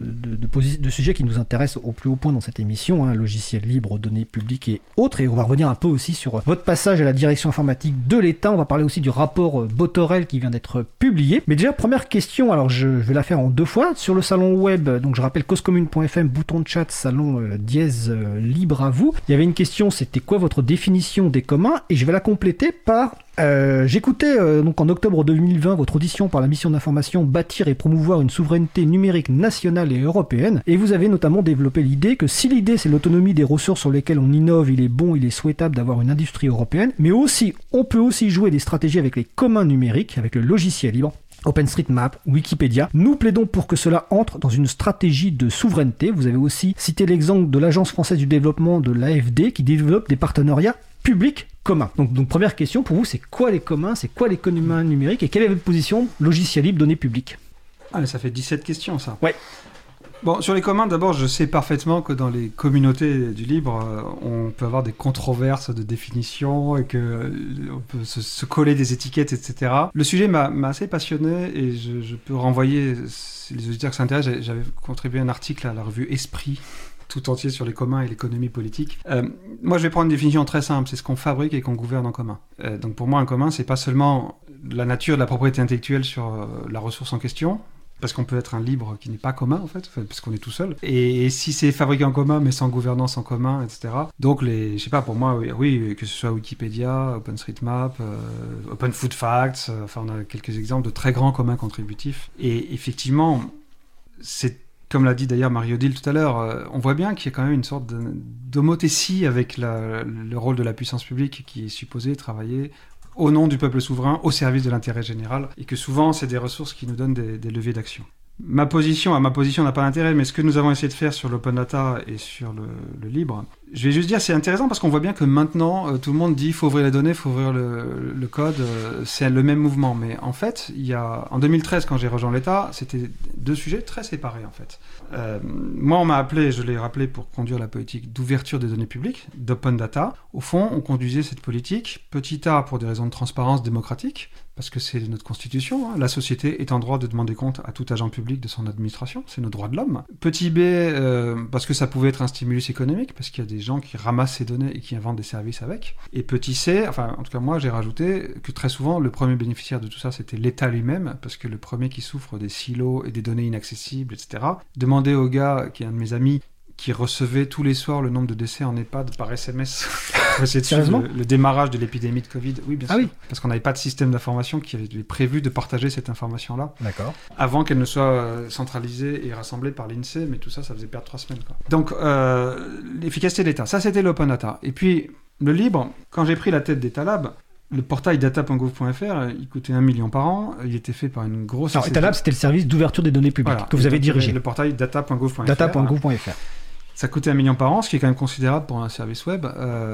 de sujets qui nous intéressent au plus haut point dans cette émission, logiciels libres, données publiques et autres. Et on va revenir un peu aussi sur votre passage à la direction informatique de l'État. On va parler aussi du rapport Botorel qui vient d'être publié. Mais déjà, première question, alors je vais la faire en 2 fois. Sur le salon web, donc je rappelle causecommune.fm, bouton de chat, salon dièse libre à vous. Il y avait une question, c'était quoi votre définition des communs? Et je vais la compléter par... j'écoutais donc en octobre 2020 votre audition par la mission d'information Bâtir et promouvoir une souveraineté numérique nationale et européenne, et vous avez notamment développé l'idée que si l'idée c'est l'autonomie des ressources sur lesquelles on innove, il est bon, il est souhaitable d'avoir une industrie européenne, mais aussi on peut aussi jouer des stratégies avec les communs numériques, avec le logiciel libre, OpenStreetMap, Wikipédia. Nous plaidons pour que cela entre dans une stratégie de souveraineté. Vous avez aussi cité l'exemple de l'Agence française du développement, de l'AFD, qui développe des partenariats publics communs. Donc première question pour vous, c'est quoi les communs, c'est quoi les communs numériques et quelle est votre position logiciel libre, données publiques? Ah, mais ça fait 17 questions, ça. Ouais. Bon, sur les communs, d'abord, je sais parfaitement que dans les communautés du libre, on peut avoir des controverses de définition et qu'on peut se coller des étiquettes, etc. Le sujet m'a assez passionné et je peux renvoyer, si les auditeurs s'intéressent, j'avais contribué un article à la revue Esprit, tout entier sur les communs et l'économie politique. Moi, je vais prendre une définition très simple, c'est ce qu'on fabrique et qu'on gouverne en commun. Donc pour moi, un commun, c'est pas seulement la nature de la propriété intellectuelle sur la ressource en question, parce qu'on peut être un libre qui n'est pas commun, en fait, parce qu'on est tout seul. Et si c'est fabriqué en commun, mais sans gouvernance en commun, etc. Donc, je sais pas, pour moi, oui, que ce soit Wikipédia, OpenStreetMap, Open Food Facts, enfin, on a quelques exemples de très grands communs contributifs. Et effectivement, c'est, comme l'a dit d'ailleurs Marie-Odile tout à l'heure, on voit bien qu'il y a quand même une sorte d'homothétie avec le rôle de la puissance publique qui est supposé travailler au nom du peuple souverain, au service de l'intérêt général, et que souvent, c'est des ressources qui nous donnent des leviers d'action. Ma position n'a pas d'intérêt, mais ce que nous avons essayé de faire sur l'open data et sur le libre, je vais juste dire, c'est intéressant parce qu'on voit bien que maintenant, tout le monde dit, il faut ouvrir les données, il faut ouvrir le code, c'est le même mouvement. Mais en fait, en 2013, quand j'ai rejoint l'État, c'était 2 sujets très séparés, en fait. Moi, on m'a appelé, je l'ai rappelé, pour conduire la politique d'ouverture des données publiques, d'open data. Au fond, on conduisait cette politique, petit a, pour des raisons de transparence démocratique, parce que c'est notre constitution, la société est en droit de demander compte à tout agent public de son administration, c'est nos droits de l'homme. Petit b, parce que ça pouvait être un stimulus économique, parce qu'il y a des gens qui ramassent ces données et qui inventent des services avec. Et petit c, enfin en tout cas moi j'ai rajouté que très souvent le premier bénéficiaire de tout ça c'était l'État lui-même, parce que le premier qui souffre des silos et des données inaccessibles, etc. Demandez au gars, qui est un de mes amis, qui recevait tous les soirs le nombre de décès en EHPAD par SMS pour essayer de suivre le démarrage de l'épidémie de Covid. Oui, bien sûr. Oui. Parce qu'on n'avait pas de système d'information qui avait prévu de partager cette information-là. D'accord. Avant qu'elle ne soit centralisée et rassemblée par l'INSEE, mais tout ça, ça faisait perdre 3 semaines, quoi. Donc, l'efficacité de l'État, ça c'était l'open data. Et puis, le libre, quand j'ai pris la tête d'État Lab, le portail data.gouv.fr, il coûtait 1 million par an. Il était fait par une grosse... Alors, État Lab, c'était le service d'ouverture des données publiques que vous avez dirigé. Le portail data.gouv.fr. Data.gouv.fr. Ça coûtait 1 million par an, ce qui est quand même considérable pour un service web.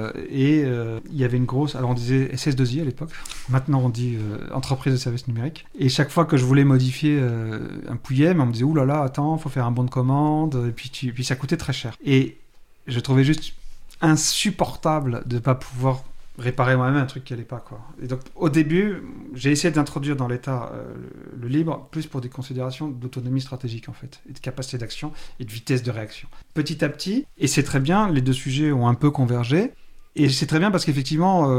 Il y avait une grosse... Alors on disait SS2I à l'époque. Maintenant on dit entreprise de services numériques. Et chaque fois que je voulais modifier un pouillem, on me disait « Ouh là là, attends, faut faire un bon de commande. » Et puis ça coûtait très cher. Et je trouvais juste insupportable de ne pas pouvoir réparer moi-même un truc qui allait pas, quoi. Et donc au début, j'ai essayé d'introduire dans l'État le libre, plus pour des considérations d'autonomie stratégique en fait, et de capacité d'action et de vitesse de réaction. Petit à petit, et c'est très bien, les 2 sujets ont un peu convergé, et c'est très bien parce qu'effectivement,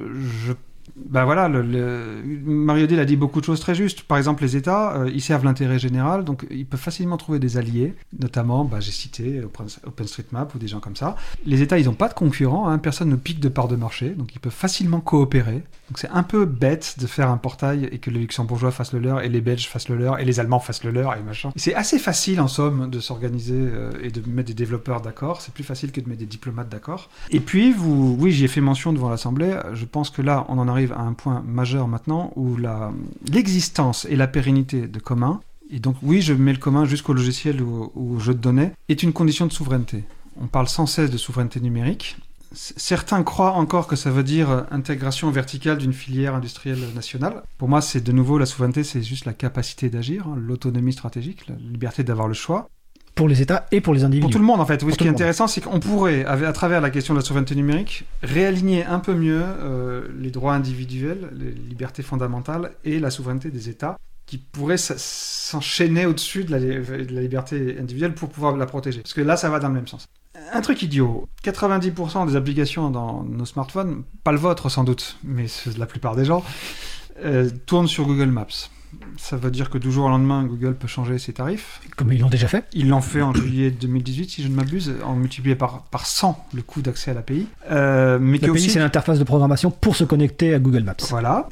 Marie-Odile a dit beaucoup de choses très justes. Par exemple, les États, ils servent l'intérêt général, donc ils peuvent facilement trouver des alliés, notamment, j'ai cité OpenStreetMap ou des gens comme ça. Les États, ils n'ont pas de concurrents, personne ne pique de part de marché, donc ils peuvent facilement coopérer. Donc c'est un peu bête de faire un portail et que les Luxembourgeois fassent le leur, et les Belges fassent le leur, et les Allemands fassent le leur, et machin. Et c'est assez facile, en somme, de s'organiser et de mettre des développeurs d'accord. C'est plus facile que de mettre des diplomates d'accord. Et puis, oui, j'y ai fait mention devant l'Assemblée. Je pense que là, on en arrive à un point majeur maintenant où l'existence et la pérennité de communs, et donc oui, je mets le commun jusqu'au logiciel ou au jeu de données, est une condition de souveraineté. On parle sans cesse de souveraineté numérique. Certains croient encore que ça veut dire intégration verticale d'une filière industrielle nationale. Pour moi, c'est de nouveau la souveraineté, c'est juste la capacité d'agir, l'autonomie stratégique, la liberté d'avoir le choix. Pour les États et pour les individus. Pour tout le monde, en fait. Oui, pour ce qui est intéressant, c'est qu'on pourrait, à travers la question de la souveraineté numérique, réaligner un peu mieux les droits individuels, les libertés fondamentales et la souveraineté des États, qui pourraient s'enchaîner au-dessus de la liberté individuelle pour pouvoir la protéger. Parce que là, ça va dans le même sens. Un truc idiot, 90% des applications dans nos smartphones, pas le vôtre sans doute, mais la plupart des gens, tournent sur Google Maps. Ça veut dire que du jour au lendemain, Google peut changer ses tarifs. Comme ils l'ont déjà fait. Ils l'ont fait en juillet 2018, si je ne m'abuse, en multiplié par 100 le coût d'accès à l'API. L'API, c'est l'interface de programmation pour se connecter à Google Maps. Voilà.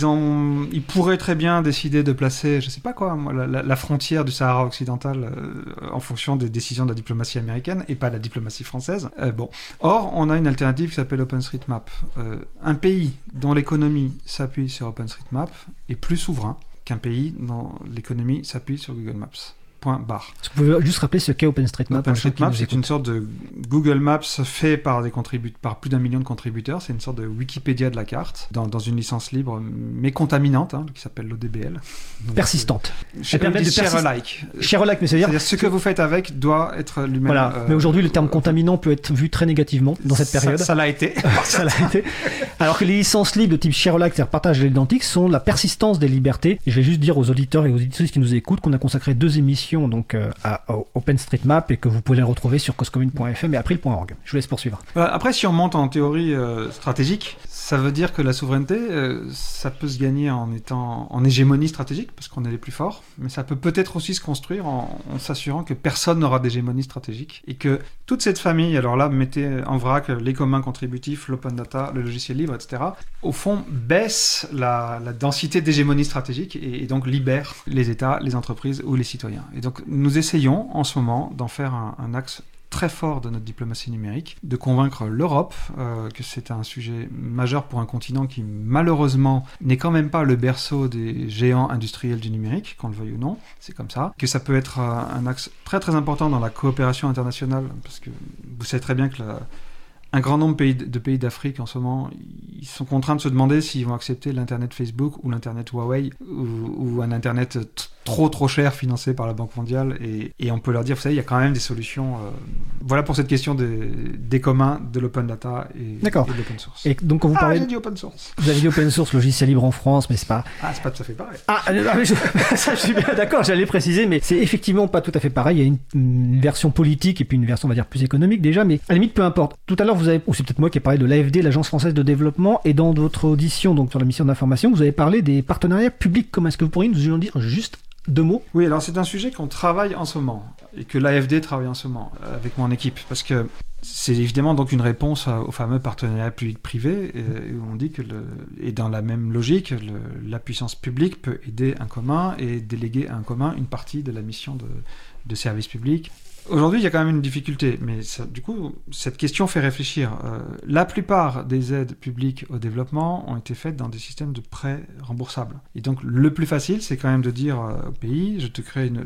Ils pourraient très bien décider de placer, je ne sais pas quoi, la frontière du Sahara occidental en fonction des décisions de la diplomatie américaine et pas de la diplomatie française. Or, on a une alternative qui s'appelle OpenStreetMap. Un pays dont l'économie s'appuie sur OpenStreetMap est plus souverain qu'un pays dont l'économie s'appuie sur Google Maps. Point barre. Est-ce que vous pouvez juste rappeler ce qu'est OpenStreetMap? OpenStreetMap, c'est une sorte de Google Maps fait par par plus d'1 million de contributeurs. C'est une sorte de Wikipédia de la carte, dans une licence libre, mais contaminante, qui s'appelle l'ODBL. Donc, persistante. Elle permet de share-alike. Share-alike, mais c'est-à-dire ce que vous faites avec doit être lui-même... Voilà, mais aujourd'hui, le terme contaminant peut être vu très négativement dans cette période. Ça l'a été. Ça l'a été. Alors que les licences libres de type share-alike, c'est-à-dire partage à l'identique, sont la persistance des libertés. Et je vais juste dire aux auditeurs et aux auditrices qui nous écoutent qu'on a consacré 2 émissions donc à OpenStreetMap et que vous pouvez les retrouver sur causecommune.fm et april.org. Je vous laisse poursuivre. Voilà, après, si on monte en théorie stratégique, ça veut dire que la souveraineté, ça peut se gagner en étant en hégémonie stratégique, parce qu'on est les plus forts, mais ça peut peut-être aussi se construire en s'assurant que personne n'aura d'hégémonie stratégique et que toute cette famille, alors là, mettez en vrac les communs contributifs, l'open data, le logiciel libre, etc., au fond, baisse la densité d'hégémonie stratégique et donc libère les États, les entreprises ou les citoyens. Et donc, nous essayons en ce moment d'en faire un axe très fort de notre diplomatie numérique, de convaincre l'Europe que c'est un sujet majeur pour un continent qui malheureusement n'est quand même pas le berceau des géants industriels du numérique, qu'on le veuille ou non, c'est comme ça, que ça peut être un axe très très important dans la coopération internationale, parce que vous savez très bien que un grand nombre de pays d'Afrique en ce moment, ils sont contraints de se demander s'ils vont accepter l'Internet Facebook ou l'Internet Huawei ou un Internet trop cher financé par la Banque mondiale. Et on peut leur dire, vous savez, il y a quand même des solutions. Voilà pour cette question des communs, de l'open data et de l'open source. Et donc quand vous parlez... j'ai dit open source. Vous avez dit open source, logiciel libre en France, mais c'est pas... c'est pas tout à fait pareil. Ça je suis bien d'accord, j'allais préciser, mais c'est effectivement pas tout à fait pareil. Il y a une version politique et puis une version, on va dire, plus économique déjà, mais à la limite, peu importe. Tout à l'heure, ou c'est peut-être moi qui ai parlé de l'AFD, l'Agence française de développement, et dans votre audition, donc sur la mission d'information, vous avez parlé des partenariats publics communs. Est-ce que vous pourriez nous en dire juste 2 mots? Oui, alors c'est un sujet qu'on travaille en ce moment, et que l'AFD travaille en ce moment, avec mon équipe, parce que c'est évidemment donc une réponse au fameux partenariat public-privé, où on dit que, et dans la même logique, la puissance publique peut aider un commun et déléguer à un commun une partie de la mission de service public. Aujourd'hui, il y a quand même une difficulté, mais du coup, cette question fait réfléchir. La plupart des aides publiques au développement ont été faites dans des systèmes de prêts remboursables. Et donc, le plus facile, c'est quand même de dire au pays, je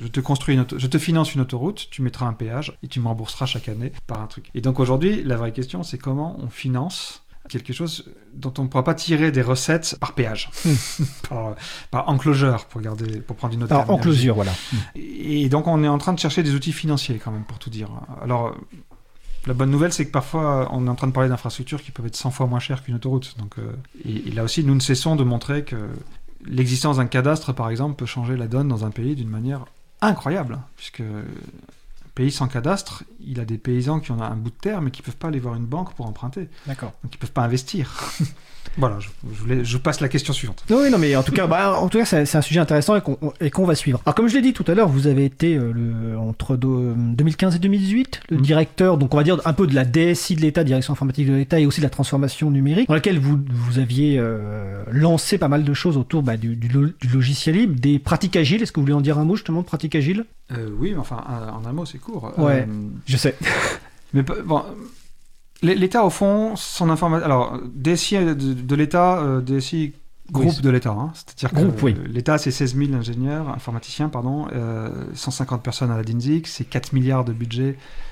te finance une autoroute, tu mettras un péage et tu me rembourseras chaque année par un truc. Et donc aujourd'hui, la vraie question, c'est comment on finance quelque chose dont on ne pourra pas tirer des recettes par péage, par enclosure, pour prendre une autre terme. Enclosure, voilà. Et donc on est en train de chercher des outils financiers quand même, pour tout dire. Alors, la bonne nouvelle, c'est que parfois on est en train de parler d'infrastructures qui peuvent être 100 fois moins chères qu'une autoroute. Donc, et là aussi, nous ne cessons de montrer que l'existence d'un cadastre, par exemple, peut changer la donne dans un pays d'une manière incroyable, puisque... pays sans cadastre, il a des paysans qui ont un bout de terre, mais qui ne peuvent pas aller voir une banque pour emprunter. D'accord. Donc ils ne peuvent pas investir. Voilà, je passe la question suivante. Oui, non, mais en tout cas, c'est un sujet intéressant et qu'on va suivre. Alors, comme je l'ai dit tout à l'heure, vous avez été entre 2015 et 2018 le directeur, donc on va dire un peu de la DSI de l'État, direction informatique de l'État, et aussi de la transformation numérique, dans laquelle vous aviez lancé pas mal de choses autour du logiciel libre, des pratiques agiles. Est-ce que vous voulez en dire un mot justement de pratiques agiles? Oui, mais enfin, en un mot, c'est court. Ouais, je sais. Mais bon... L'État, au fond, son information... Alors, DSI de l'État, DSI groupe de l'État. Hein. C'est-à-dire que l'État, c'est 16 000 informaticiens, 150 personnes à la DINSIC, c'est 4 milliards de budget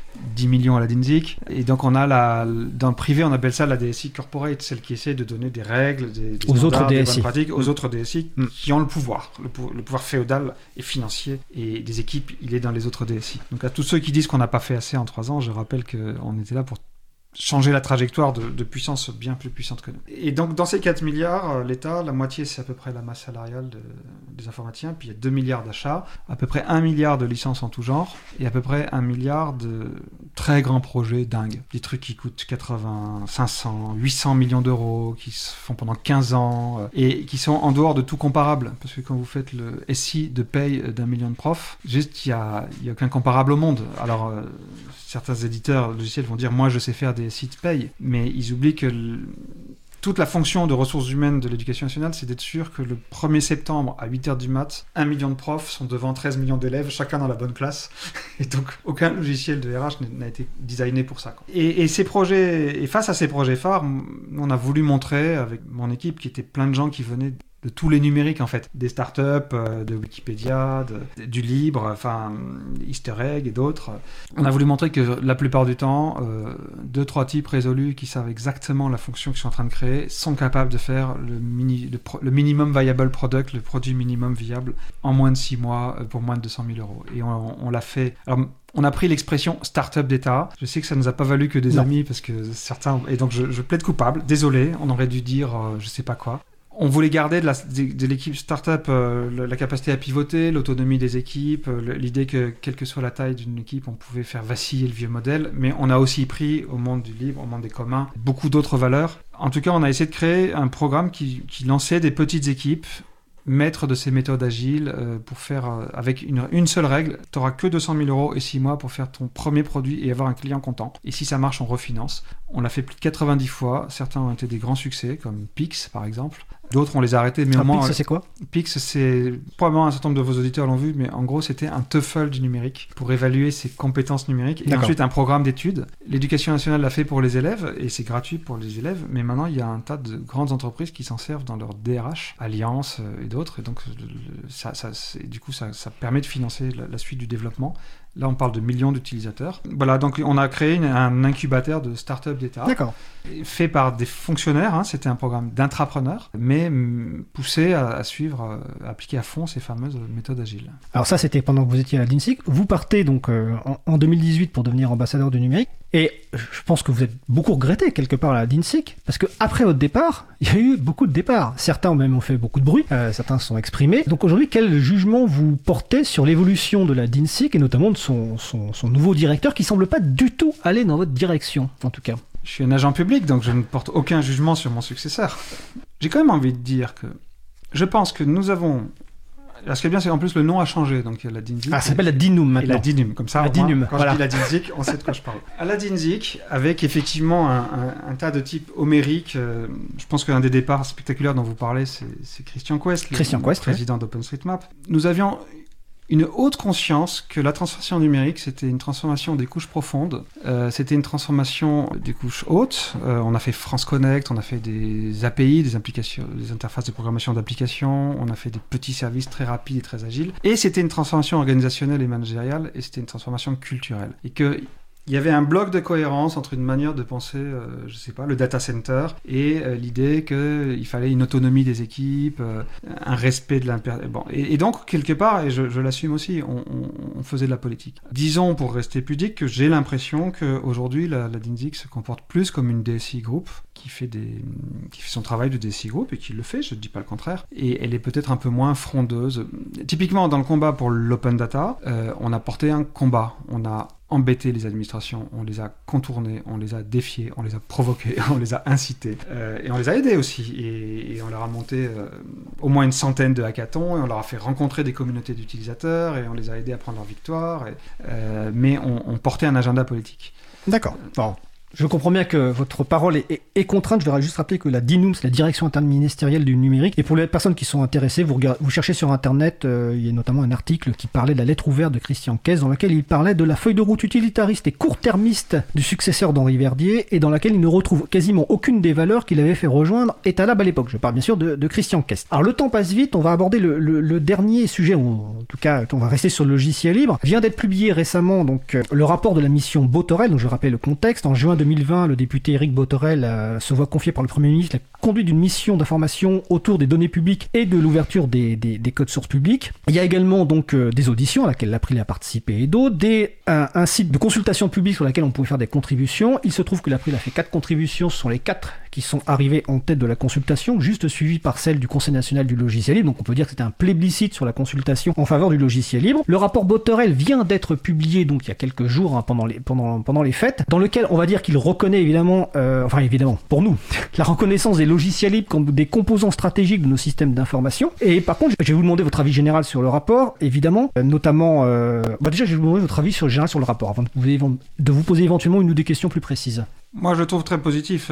10 millions à la DINSIC. Et donc, on a dans le privé, on appelle ça la DSI Corporate, celle qui essaie de donner des règles, des aux autres standards, des DSI. bonnes pratiques aux autres DSI qui ont le pouvoir féodal et financier. Et des équipes, il est dans les autres DSI. Donc, à tous ceux qui disent qu'on n'a pas fait assez en 3 ans, je rappelle qu'on était là pour changer la trajectoire de puissance bien plus puissante que nous. Et donc, dans ces 4 milliards, l'État, la moitié, c'est à peu près la masse salariale des informaticiens, puis il y a 2 milliards d'achats, à peu près 1 milliard de licences en tout genre, et à peu près 1 milliard de très grands projets dingues. Des trucs qui coûtent 80, 500, 800 millions d'euros, qui se font pendant 15 ans, et qui sont en dehors de tout comparable. Parce que quand vous faites le SI de paye d'1 million de profs, juste, il y a aucun comparable au monde. Alors, certains éditeurs logiciels vont dire « moi, je sais faire des sites paye », mais ils oublient que toute la fonction de ressources humaines de l'éducation nationale, c'est d'être sûr que le 1er septembre, à 8h du mat, 1 million de profs sont devant 13 millions d'élèves, chacun dans la bonne classe. Et donc, aucun logiciel de RH n'a été designé pour ça. Et face à ces projets phares, on a voulu montrer, avec mon équipe, qui était plein de gens qui venaient de tous les numériques, en fait. Des startups, de Wikipédia, du libre, enfin, Easter Egg et d'autres. On a voulu montrer que la plupart du temps, 2-3 types résolus qui savent exactement la fonction qu'ils sont en train de créer sont capables de faire le minimum viable product, le produit minimum viable, en moins de 6 mois, pour moins de 200 000 euros. Et on l'a fait. Alors, on a pris l'expression start-up d'État. Je sais que ça ne nous a pas valu que des amis, parce que certains... Et donc, je plaide coupable. Désolé, on aurait dû dire je sais pas quoi. On voulait garder de l'équipe startup la capacité à pivoter, l'autonomie des équipes, l'idée que, quelle que soit la taille d'une équipe, on pouvait faire vaciller le vieux modèle, mais on a aussi pris au monde du libre, au monde des communs, beaucoup d'autres valeurs. En tout cas, on a essayé de créer un programme qui lançait des petites équipes, maître de ces méthodes agiles, pour faire avec une seule règle, tu n'auras que 200 000 euros et 6 mois pour faire ton premier produit et avoir un client content. Et si ça marche, on refinance. On l'a fait plus de 90 fois. Certains ont été des grands succès, comme Pix par exemple. D'autres, on les a arrêtés, mais au moins... Pix, c'est quoi ? Pix, c'est... Probablement un certain nombre de vos auditeurs l'ont vu, mais en gros, c'était un TOEFL du numérique pour évaluer ses compétences numériques. Et ensuite, un programme d'études. L'éducation nationale l'a fait pour les élèves, et c'est gratuit pour les élèves, mais maintenant, il y a un tas de grandes entreprises qui s'en servent dans leur DRH, Alliance et d'autres, et donc, du coup, ça permet de financer la suite du développement. Là, on parle de millions d'utilisateurs. Voilà, donc on a créé un incubateur de start-up d'État. D'accord. Fait par des fonctionnaires, c'était un programme d'intrapreneurs, mais poussé à suivre, à appliquer à fond ces fameuses méthodes agiles. Alors ça, c'était pendant que vous étiez à la DINSIC. Vous partez donc en 2018 pour devenir ambassadeur du numérique. Et je pense que vous êtes beaucoup regretté quelque part à la DINSIC, parce qu'après votre départ, il y a eu beaucoup de départs. Certains ont fait beaucoup de bruit, certains se sont exprimés. Donc aujourd'hui, quel jugement vous portez sur l'évolution de la DINSIC, et notamment de son nouveau directeur, qui semble pas du tout aller dans votre direction, en tout cas? Je suis un agent public, donc je ne porte aucun jugement sur mon successeur. J'ai quand même envie de dire que je pense que nous avons... Alors, ce qui est bien, c'est qu'en plus le nom a changé, donc il y a la DINSIC. Ah, ça s'appelle la DINUM maintenant. Et la DINUM, comme ça, la DINUM, quand je dis la DINSIC, on sait de quoi je parle. À la DINSIC, avec effectivement un tas de types homériques, je pense qu'un des départs spectaculaires dont vous parlez, c'est Christian Quest, le président d'OpenStreetMap. Nous avions une haute conscience que la transformation numérique, c'était une transformation des couches profondes, c'était une transformation des couches hautes. On a fait France Connect, on a fait des API, des interfaces de programmation d'applications, on a fait des petits services très rapides et très agiles. Et c'était une transformation organisationnelle et managériale, et c'était une transformation culturelle. Et que il y avait un bloc de cohérence entre une manière de penser, je sais pas, le data center et l'idée qu'il fallait une autonomie des équipes, un respect de bon, et donc, quelque part, et je l'assume aussi, on faisait de la politique. Disons, pour rester pudique, que j'ai l'impression qu'aujourd'hui, la DINSIC se comporte plus comme une DSI Group qui fait son travail de DSI Group et qui le fait, je ne dis pas le contraire, et elle est peut-être un peu moins frondeuse. Typiquement, dans le combat pour l'open data, on a porté un combat, on a embêté les administrations, on les a contournées, on les a défiées, on les a provoquées, on les a incitées, et on les a aidés aussi, et on leur a monté au moins une centaine de hackathons, et on leur a fait rencontrer des communautés d'utilisateurs, et on les a aidés à prendre leur victoire, mais on portait un agenda politique. D'accord. Bon. Je comprends bien que votre parole est contrainte. Je voudrais juste rappeler que la DINUM, c'est la Direction interministérielle du numérique. Et pour les personnes qui sont intéressées, vous cherchez sur Internet, il y a notamment un article qui parlait de la lettre ouverte de Christian Kess, dans laquelle il parlait de la feuille de route utilitariste et court-termiste du successeur d'Henri Verdier, et dans laquelle il ne retrouve quasiment aucune des valeurs qu'il avait fait rejoindre Etalab à l'époque. Je parle bien sûr de Christian Kess. Alors le temps passe vite, on va aborder le dernier sujet, en tout cas, on va rester sur le logiciel libre. Vient d'être publié récemment donc le rapport de la mission Botorel, donc je rappelle le contexte. En juin 2020, le député Éric Botorel se voit confier par le Premier ministre la conduite d'une mission d'information autour des données publiques et de l'ouverture des codes sources publics. Il y a également donc des auditions à laquelle l'April a participé et d'autres, un site de consultation publique sur laquelle on pouvait faire des contributions. Il se trouve que l'April a fait 4 contributions, ce sont les 4 qui sont arrivées en tête de la consultation, juste suivies par celle du Conseil national du logiciel libre, donc on peut dire que c'était un plébiscite sur la consultation en faveur du logiciel libre. Le rapport Botorel vient d'être publié donc il y a quelques jours, pendant les fêtes, dans lequel on va dire qu'il reconnaît évidemment, pour nous, la reconnaissance des logiciels libres comme des composants stratégiques de nos systèmes d'information. Et par contre, je vais vous demander votre avis général sur le rapport, évidemment, notamment... déjà, je vais vous demander votre avis général sur le rapport, avant de vous poser éventuellement une ou des questions plus précises. Moi, je le trouve très positif.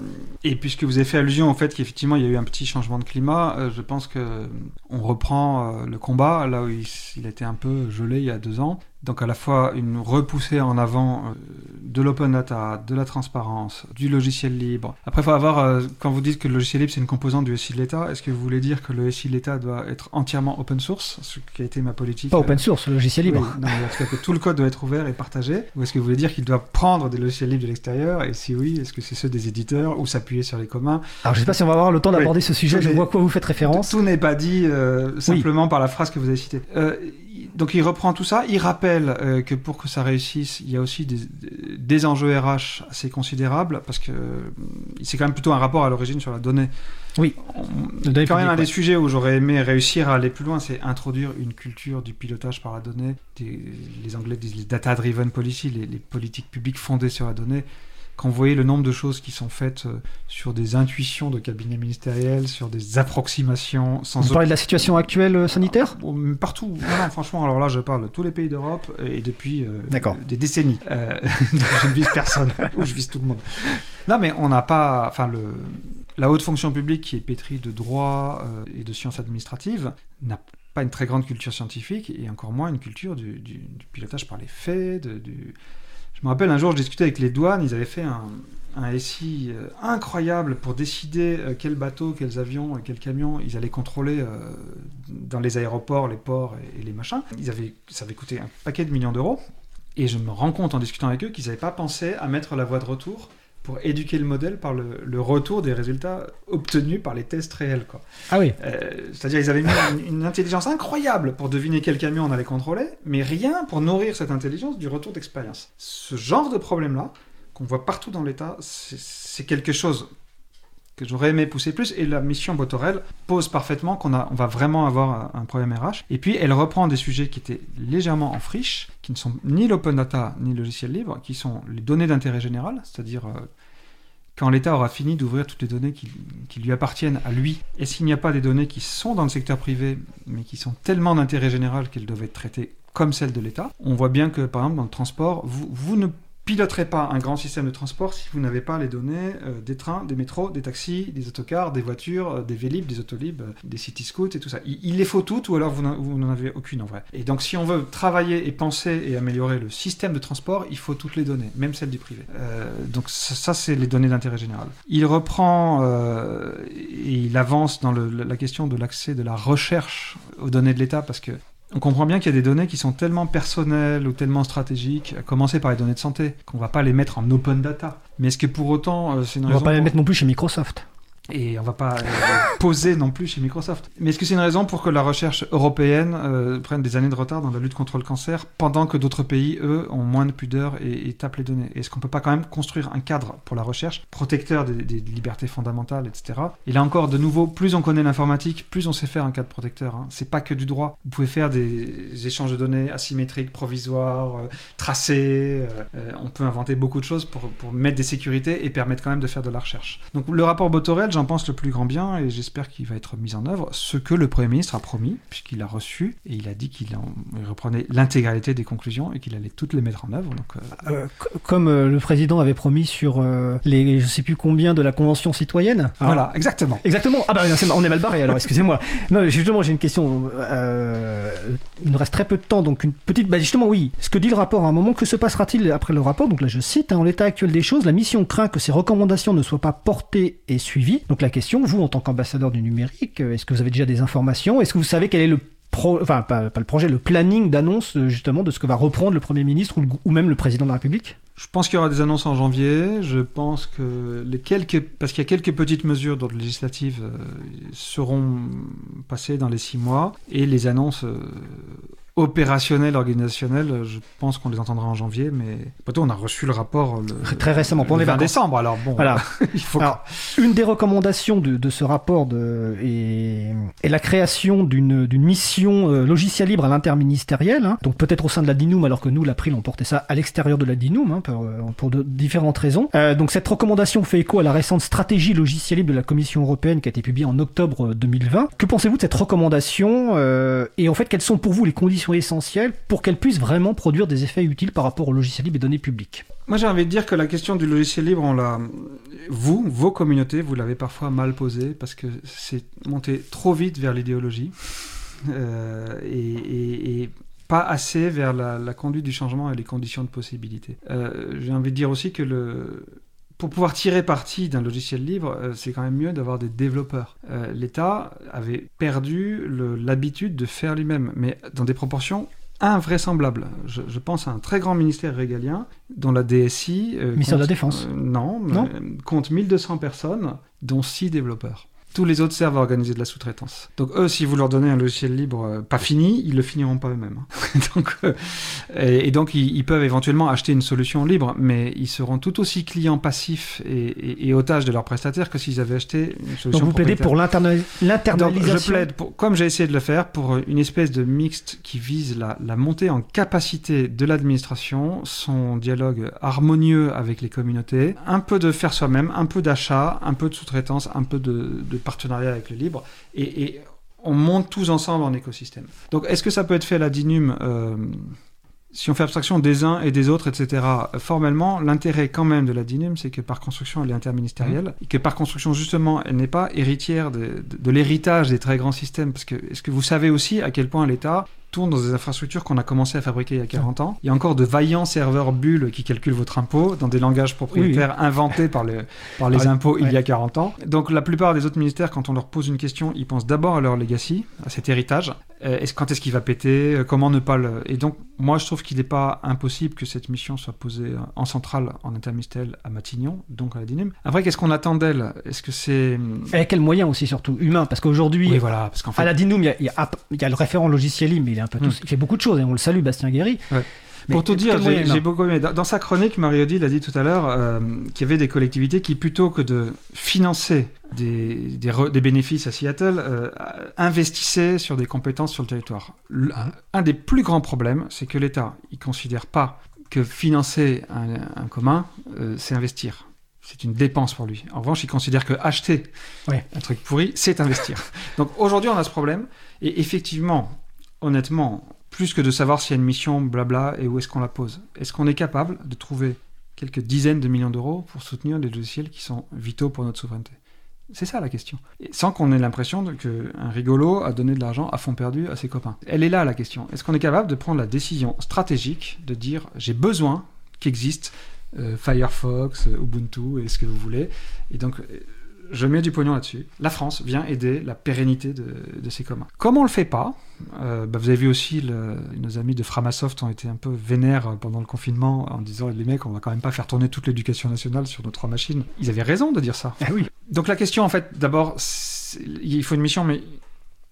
Et puisque vous avez fait allusion au fait qu'effectivement, il y a eu un petit changement de climat, je pense qu'on reprend le combat là où il a été un peu gelé il y a 2 ans. Donc à la fois une repoussée en avant de l'open data, de la transparence, du logiciel libre. Après, il faut avoir, quand vous dites que le logiciel libre c'est une composante du SI de l'État, est-ce que vous voulez dire que le SI de l'État doit être entièrement open source, ce qui a été ma politique? Pas open source, le logiciel libre. Oui, non, en tout cas que tout le code doit être ouvert et partagé. Ou est-ce que vous voulez dire qu'il doit prendre des logiciels libres de l'extérieur? Et si oui, est-ce que c'est ceux des éditeurs ou s'appuyer sur les communs? Alors je ne sais pas si on va avoir le temps d'aborder ce sujet, je vois à quoi vous faites référence. Tout n'est pas dit simplement par la phrase que vous avez citée. Donc il reprend tout ça, il rappelle que pour que ça réussisse, il y a aussi des enjeux RH assez considérables, parce que c'est quand même plutôt un rapport à l'origine sur la donnée. Oui. Quand même un des sujets où j'aurais aimé réussir à aller plus loin, c'est introduire une culture du pilotage par la donnée. Les Anglais disent les data-driven policy, les politiques publiques fondées sur la donnée. Quand vous voyez le nombre de choses qui sont faites sur des intuitions de cabinets ministériels, sur des approximations... Vous parlez de la situation actuelle sanitaire ? Partout. Non, franchement, alors là, je parle de tous les pays d'Europe et depuis des décennies. Je ne vise personne, ou je vise tout le monde. Non, mais on n'a pas... Enfin, la haute fonction publique qui est pétrie de droit et de sciences administratives n'a pas une très grande culture scientifique et encore moins une culture du pilotage par les faits, Je me rappelle un jour, je discutais avec les douanes, ils avaient fait un SI incroyable pour décider quels bateaux, quels avions et quels camions ils allaient contrôler dans les aéroports, les ports et les machins. Ça avait coûté un paquet de millions d'euros. Et je me rends compte en discutant avec eux qu'ils n'avaient pas pensé à mettre la voie de retour pour éduquer le modèle par le retour des résultats obtenus par les tests réels, quoi. Ah oui. C'est-à-dire ils avaient mis une intelligence incroyable pour deviner quel camion on allait contrôler, mais rien pour nourrir cette intelligence du retour d'expérience. Ce genre de problème-là, qu'on voit partout dans l'État, c'est quelque chose que j'aurais aimé pousser plus, et la mission Botorel pose parfaitement qu'on va vraiment avoir un problème RH. Et puis elle reprend des sujets qui étaient légèrement en friche, qui ne sont ni l'open data ni le logiciel libre, qui sont les données d'intérêt général, c'est-à-dire quand l'État aura fini d'ouvrir toutes les données qui lui appartiennent à lui, et s'il n'y a pas des données qui sont dans le secteur privé, mais qui sont tellement d'intérêt général qu'elles doivent être traitées comme celles de l'État, on voit bien que, par exemple, dans le transport, vous ne piloterez pas un grand système de transport si vous n'avez pas les données des trains, des métros, des taxis, des autocars, des voitures, des Vélib, des Autolib, des City Scoot et tout ça. Il les faut toutes, ou alors vous n'en avez aucune en vrai. Et donc si on veut travailler et penser et améliorer le système de transport, il faut toutes les données, même celles du privé. Donc ça c'est les données d'intérêt général. Il reprend et il avance dans la question de l'accès de la recherche aux données de l'État, parce que on comprend bien qu'il y a des données qui sont tellement personnelles ou tellement stratégiques, à commencer par les données de santé, qu'on ne va pas les mettre en open data. Mais est-ce que pour autant, c'est une raison... On ne va pas les mettre non plus chez Microsoft. Et on ne va pas poser non plus chez Microsoft. Mais est-ce que c'est une raison pour que la recherche européenne prenne des années de retard dans la lutte contre le cancer, pendant que d'autres pays, eux, ont moins de pudeur et tapent les données? Est-ce qu'on ne peut pas quand même construire un cadre pour la recherche, protecteur des libertés fondamentales, etc. Et là encore, de nouveau, plus on connaît l'informatique, plus on sait faire un cadre protecteur. Hein. C'est pas que du droit. Vous pouvez faire des échanges de données asymétriques, provisoires, tracés. On peut inventer beaucoup de choses pour mettre des sécurités et permettre quand même de faire de la recherche. Donc le rapport Botorel, j'en pense le plus grand bien et j'espère qu'il va être mis en œuvre ce que le Premier ministre a promis, puisqu'il a reçu et il a dit qu'il reprenait l'intégralité des conclusions et qu'il allait toutes les mettre en œuvre. Donc, comme le président avait promis sur les je sais plus combien de la Convention citoyenne. Voilà, exactement. Exactement. Ah bah on est mal barré alors, excusez-moi. Non, justement, j'ai une question. Il nous reste très peu de temps, donc une petite... justement, oui. Ce que dit le rapport à un moment, que se passera-t-il après le rapport? Donc là, je cite, en l'état actuel des choses, la mission craint que ces recommandations ne soient pas portées et suivies. Donc la question, vous, en tant qu'ambassadeur du numérique, est-ce que vous avez déjà des informations? Est-ce que vous savez quel est le pas le projet, le planning d'annonce justement de ce que va reprendre le Premier ministre ou même le Président de la République? Je pense qu'il y aura des annonces en janvier. Je pense que parce qu'il y a quelques petites mesures d'ordre législatif seront passées dans les 6 mois et les annonces opérationnelles, organisationnelles, je pense qu'on les entendra en janvier, mais plutôt on a reçu le rapport très récemment, pour le les 20 vacances. décembre. Alors bon, voilà. il faut. Alors, une des recommandations de ce rapport est la création d'une mission logiciel libre à l'interministériel, hein, donc peut-être au sein de la DINUM, alors que nous, l'April, on portait ça à l'extérieur de la DINUM, hein, pour différentes raisons. Donc cette recommandation fait écho à la récente stratégie logiciel libre de la Commission européenne qui a été publiée en octobre 2020. Que pensez-vous de cette recommandation et en fait, quelles sont pour vous les conditions essentielles pour qu'elle puisse vraiment produire des effets utiles par rapport au logiciel libre et données publiques? Moi, j'ai envie de dire que la question du logiciel libre, vos communautés, vous l'avez parfois mal posée parce que c'est monté trop vite vers l'idéologie et pas assez vers la conduite du changement et les conditions de possibilité. J'ai envie de dire aussi que pour pouvoir tirer parti d'un logiciel libre, c'est quand même mieux d'avoir des développeurs. L'État avait perdu l'habitude de faire lui-même, mais dans des proportions invraisemblables. Je pense à un très grand ministère régalien dont la DSI... ministère de la Défense. Non, compte 1200 personnes, dont 6 développeurs. Tous les autres servent à organiser de la sous-traitance. Donc eux, si vous leur donnez un logiciel libre pas fini, ils le finiront pas eux-mêmes. donc ils peuvent éventuellement acheter une solution libre, mais ils seront tout aussi clients passifs et otages de leurs prestataires que s'ils avaient acheté une solution donc vous plaidez pour l'internalisation. Donc je plaide, comme j'ai essayé de le faire, pour une espèce de mixte qui vise la montée en capacité de l'administration, son dialogue harmonieux avec les communautés, un peu de faire soi-même, un peu d'achat, un peu de sous-traitance, un peu de partenariat avec le libre, et on monte tous ensemble en écosystème. Donc est-ce que ça peut être fait à la DINUM si on fait abstraction des uns et des autres, etc. Formellement, l'intérêt quand même de la DINUM, c'est que par construction, elle est interministérielle, et que par construction, justement, elle n'est pas héritière de l'héritage des très grands systèmes. Parce que est-ce que vous savez aussi à quel point l'État tourne dans des infrastructures qu'on a commencé à fabriquer il y a 40 ans. Il y a encore de vaillants serveurs bulles qui calculent votre impôt dans des langages propriétaires inventés par les impôts il y a 40 ans. Donc la plupart des autres ministères, quand on leur pose une question, ils pensent d'abord à leur legacy, à cet héritage. Quand est-ce qu'il va péter? Comment ne pas le... Et donc, moi, je trouve qu'il n'est pas impossible que cette mission soit posée en centrale, en interministériel à Matignon, donc à la DINUM. Après, qu'est-ce qu'on attend d'elle? Est-ce que c'est... Avec quels moyens aussi, surtout humains? Parce qu'aujourd'hui, parce qu'en fait... à la DINUM, il y a le référent logiciel libre, mais il est un peu il fait beaucoup de choses, et on le salue, Bastien Guéry. Ouais. Pour tout dire, j'ai beaucoup aimé. Dans sa chronique, Marie-Odile a dit tout à l'heure qu'il y avait des collectivités qui, plutôt que de financer des bénéfices à Seattle, investissaient sur des compétences sur le territoire. Un des plus grands problèmes, c'est que l'État, il ne considère pas que financer un commun, c'est investir. C'est une dépense pour lui. En revanche, il considère que acheter un truc pourri, c'est investir. Donc aujourd'hui, on a ce problème. Et effectivement, honnêtement, plus que de savoir s'il y a une mission, blabla, et où est-ce qu'on la pose, est-ce qu'on est capable de trouver quelques dizaines de millions d'euros pour soutenir des logiciels qui sont vitaux pour notre souveraineté? C'est ça la question. Et sans qu'on ait l'impression qu'un rigolo a donné de l'argent à fond perdu à ses copains. Elle est là la question. Est-ce qu'on est capable de prendre la décision stratégique de dire j'ai besoin qu'existe Firefox, Ubuntu et ce que vous voulez, et donc je mets du pognon là-dessus. La France vient aider la pérennité de ces communs. Comme on le fait pas, vous avez vu aussi nos amis de Framasoft ont été un peu vénères pendant le confinement en disant les mecs, on va quand même pas faire tourner toute l'éducation nationale sur nos 3 machines. Ils avaient raison de dire ça. Ah oui. Donc la question en fait, d'abord, il faut une mission, mais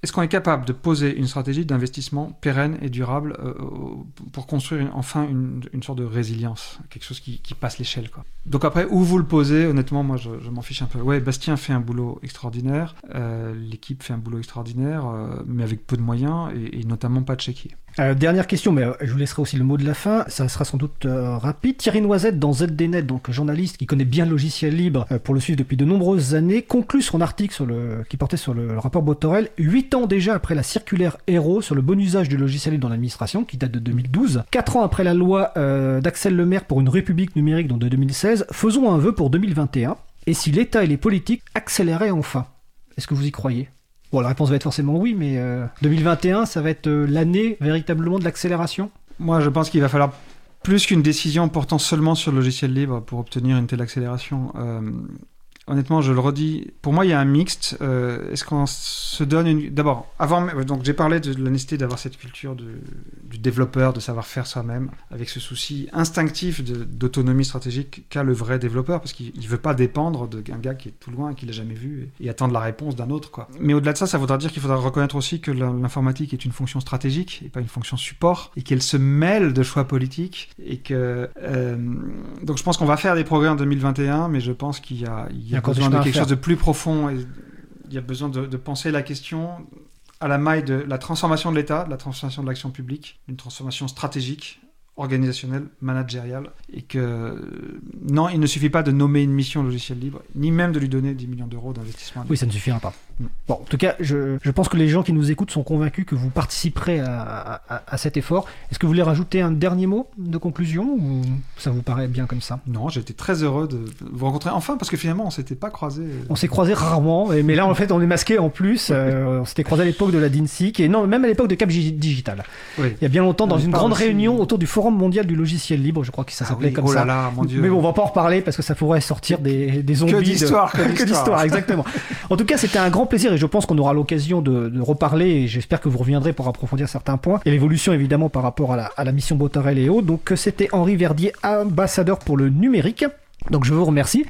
est-ce qu'on est capable de poser une stratégie d'investissement pérenne et durable pour construire enfin une sorte de résilience, quelque chose qui passe l'échelle, quoi. Donc après, où vous le posez, honnêtement, moi je m'en fiche un peu. Ouais, Bastien fait un boulot extraordinaire, l'équipe fait un boulot extraordinaire, mais avec peu de moyens et notamment pas de chéquier. Dernière question, mais je vous laisserai aussi le mot de la fin, ça sera sans doute rapide. Thierry Noisette, dans ZDNet, donc journaliste qui connaît bien le logiciel libre pour le suivre depuis de nombreuses années, conclut son article qui portait sur le rapport Botorel, 8 ans déjà après la circulaire Hérault sur le bon usage du logiciel libre dans l'administration, qui date de 2012, 4 ans après la loi d'Axel Lemaire pour une république numérique de 2016, faisons un vœu pour 2021, et si l'État et les politiques accéléraient enfin. Est-ce que vous y croyez ? Bon, la réponse va être forcément oui, mais 2021, ça va être l'année véritablement de l'accélération ? Moi, je pense qu'il va falloir plus qu'une décision portant seulement sur le logiciel libre pour obtenir une telle accélération. Honnêtement, je le redis, pour moi, il y a un mixte. Est-ce qu'on se donne une... D'abord, donc j'ai parlé de la nécessité d'avoir cette culture du développeur, de savoir faire soi-même, avec ce souci instinctif d'autonomie stratégique qu'a le vrai développeur, parce qu'il ne veut pas dépendre d'un gars qui est tout loin, qui ne l'a jamais vu, et attendre la réponse d'un autre, quoi. Mais au-delà de ça, ça voudra dire qu'il faudra reconnaître aussi que l'informatique est une fonction stratégique, et pas une fonction support, et qu'elle se mêle de choix politiques, et que... donc je pense qu'on va faire des progrès en 2021, mais je pense qu'il y a besoin de quelque chose de plus profond, et il y a besoin de penser la question à la maille de la transformation de l'État, de la transformation de l'action publique, d'une transformation stratégique, organisationnelle, managériale, et que non, il ne suffit pas de nommer une mission logiciel libre, ni même de lui donner 10 millions d'euros d'investissement. Oui, ça ne suffira pas. Bon, en tout cas, je pense que les gens qui nous écoutent sont convaincus que vous participerez à cet effort. Est-ce que vous voulez rajouter un dernier mot de conclusion, ou ça vous paraît bien comme ça ? Non, j'ai été très heureux de vous rencontrer enfin, parce que finalement, on ne s'était pas croisés. On s'est croisés rarement, mais là, en fait, on est masqués en plus. On s'était croisés à l'époque de la DINSIC, et non, même à l'époque de Cap Digital. Oui. Il y a bien longtemps, dans une grande réunion autour du Forum mondial du logiciel libre, je crois que ça s'appelait comme ça. Là, mon Dieu. Mais bon, on va pas en reparler, parce que ça pourrait sortir des zombies. Que d'histoire, exactement. En tout cas, c'était un grand plaisir, et je pense qu'on aura l'occasion de reparler, et j'espère que vous reviendrez pour approfondir certains points, et l'évolution évidemment par rapport à la mission Botorel et autres. Donc c'était Henri Verdier, ambassadeur pour le numérique. Donc je vous remercie.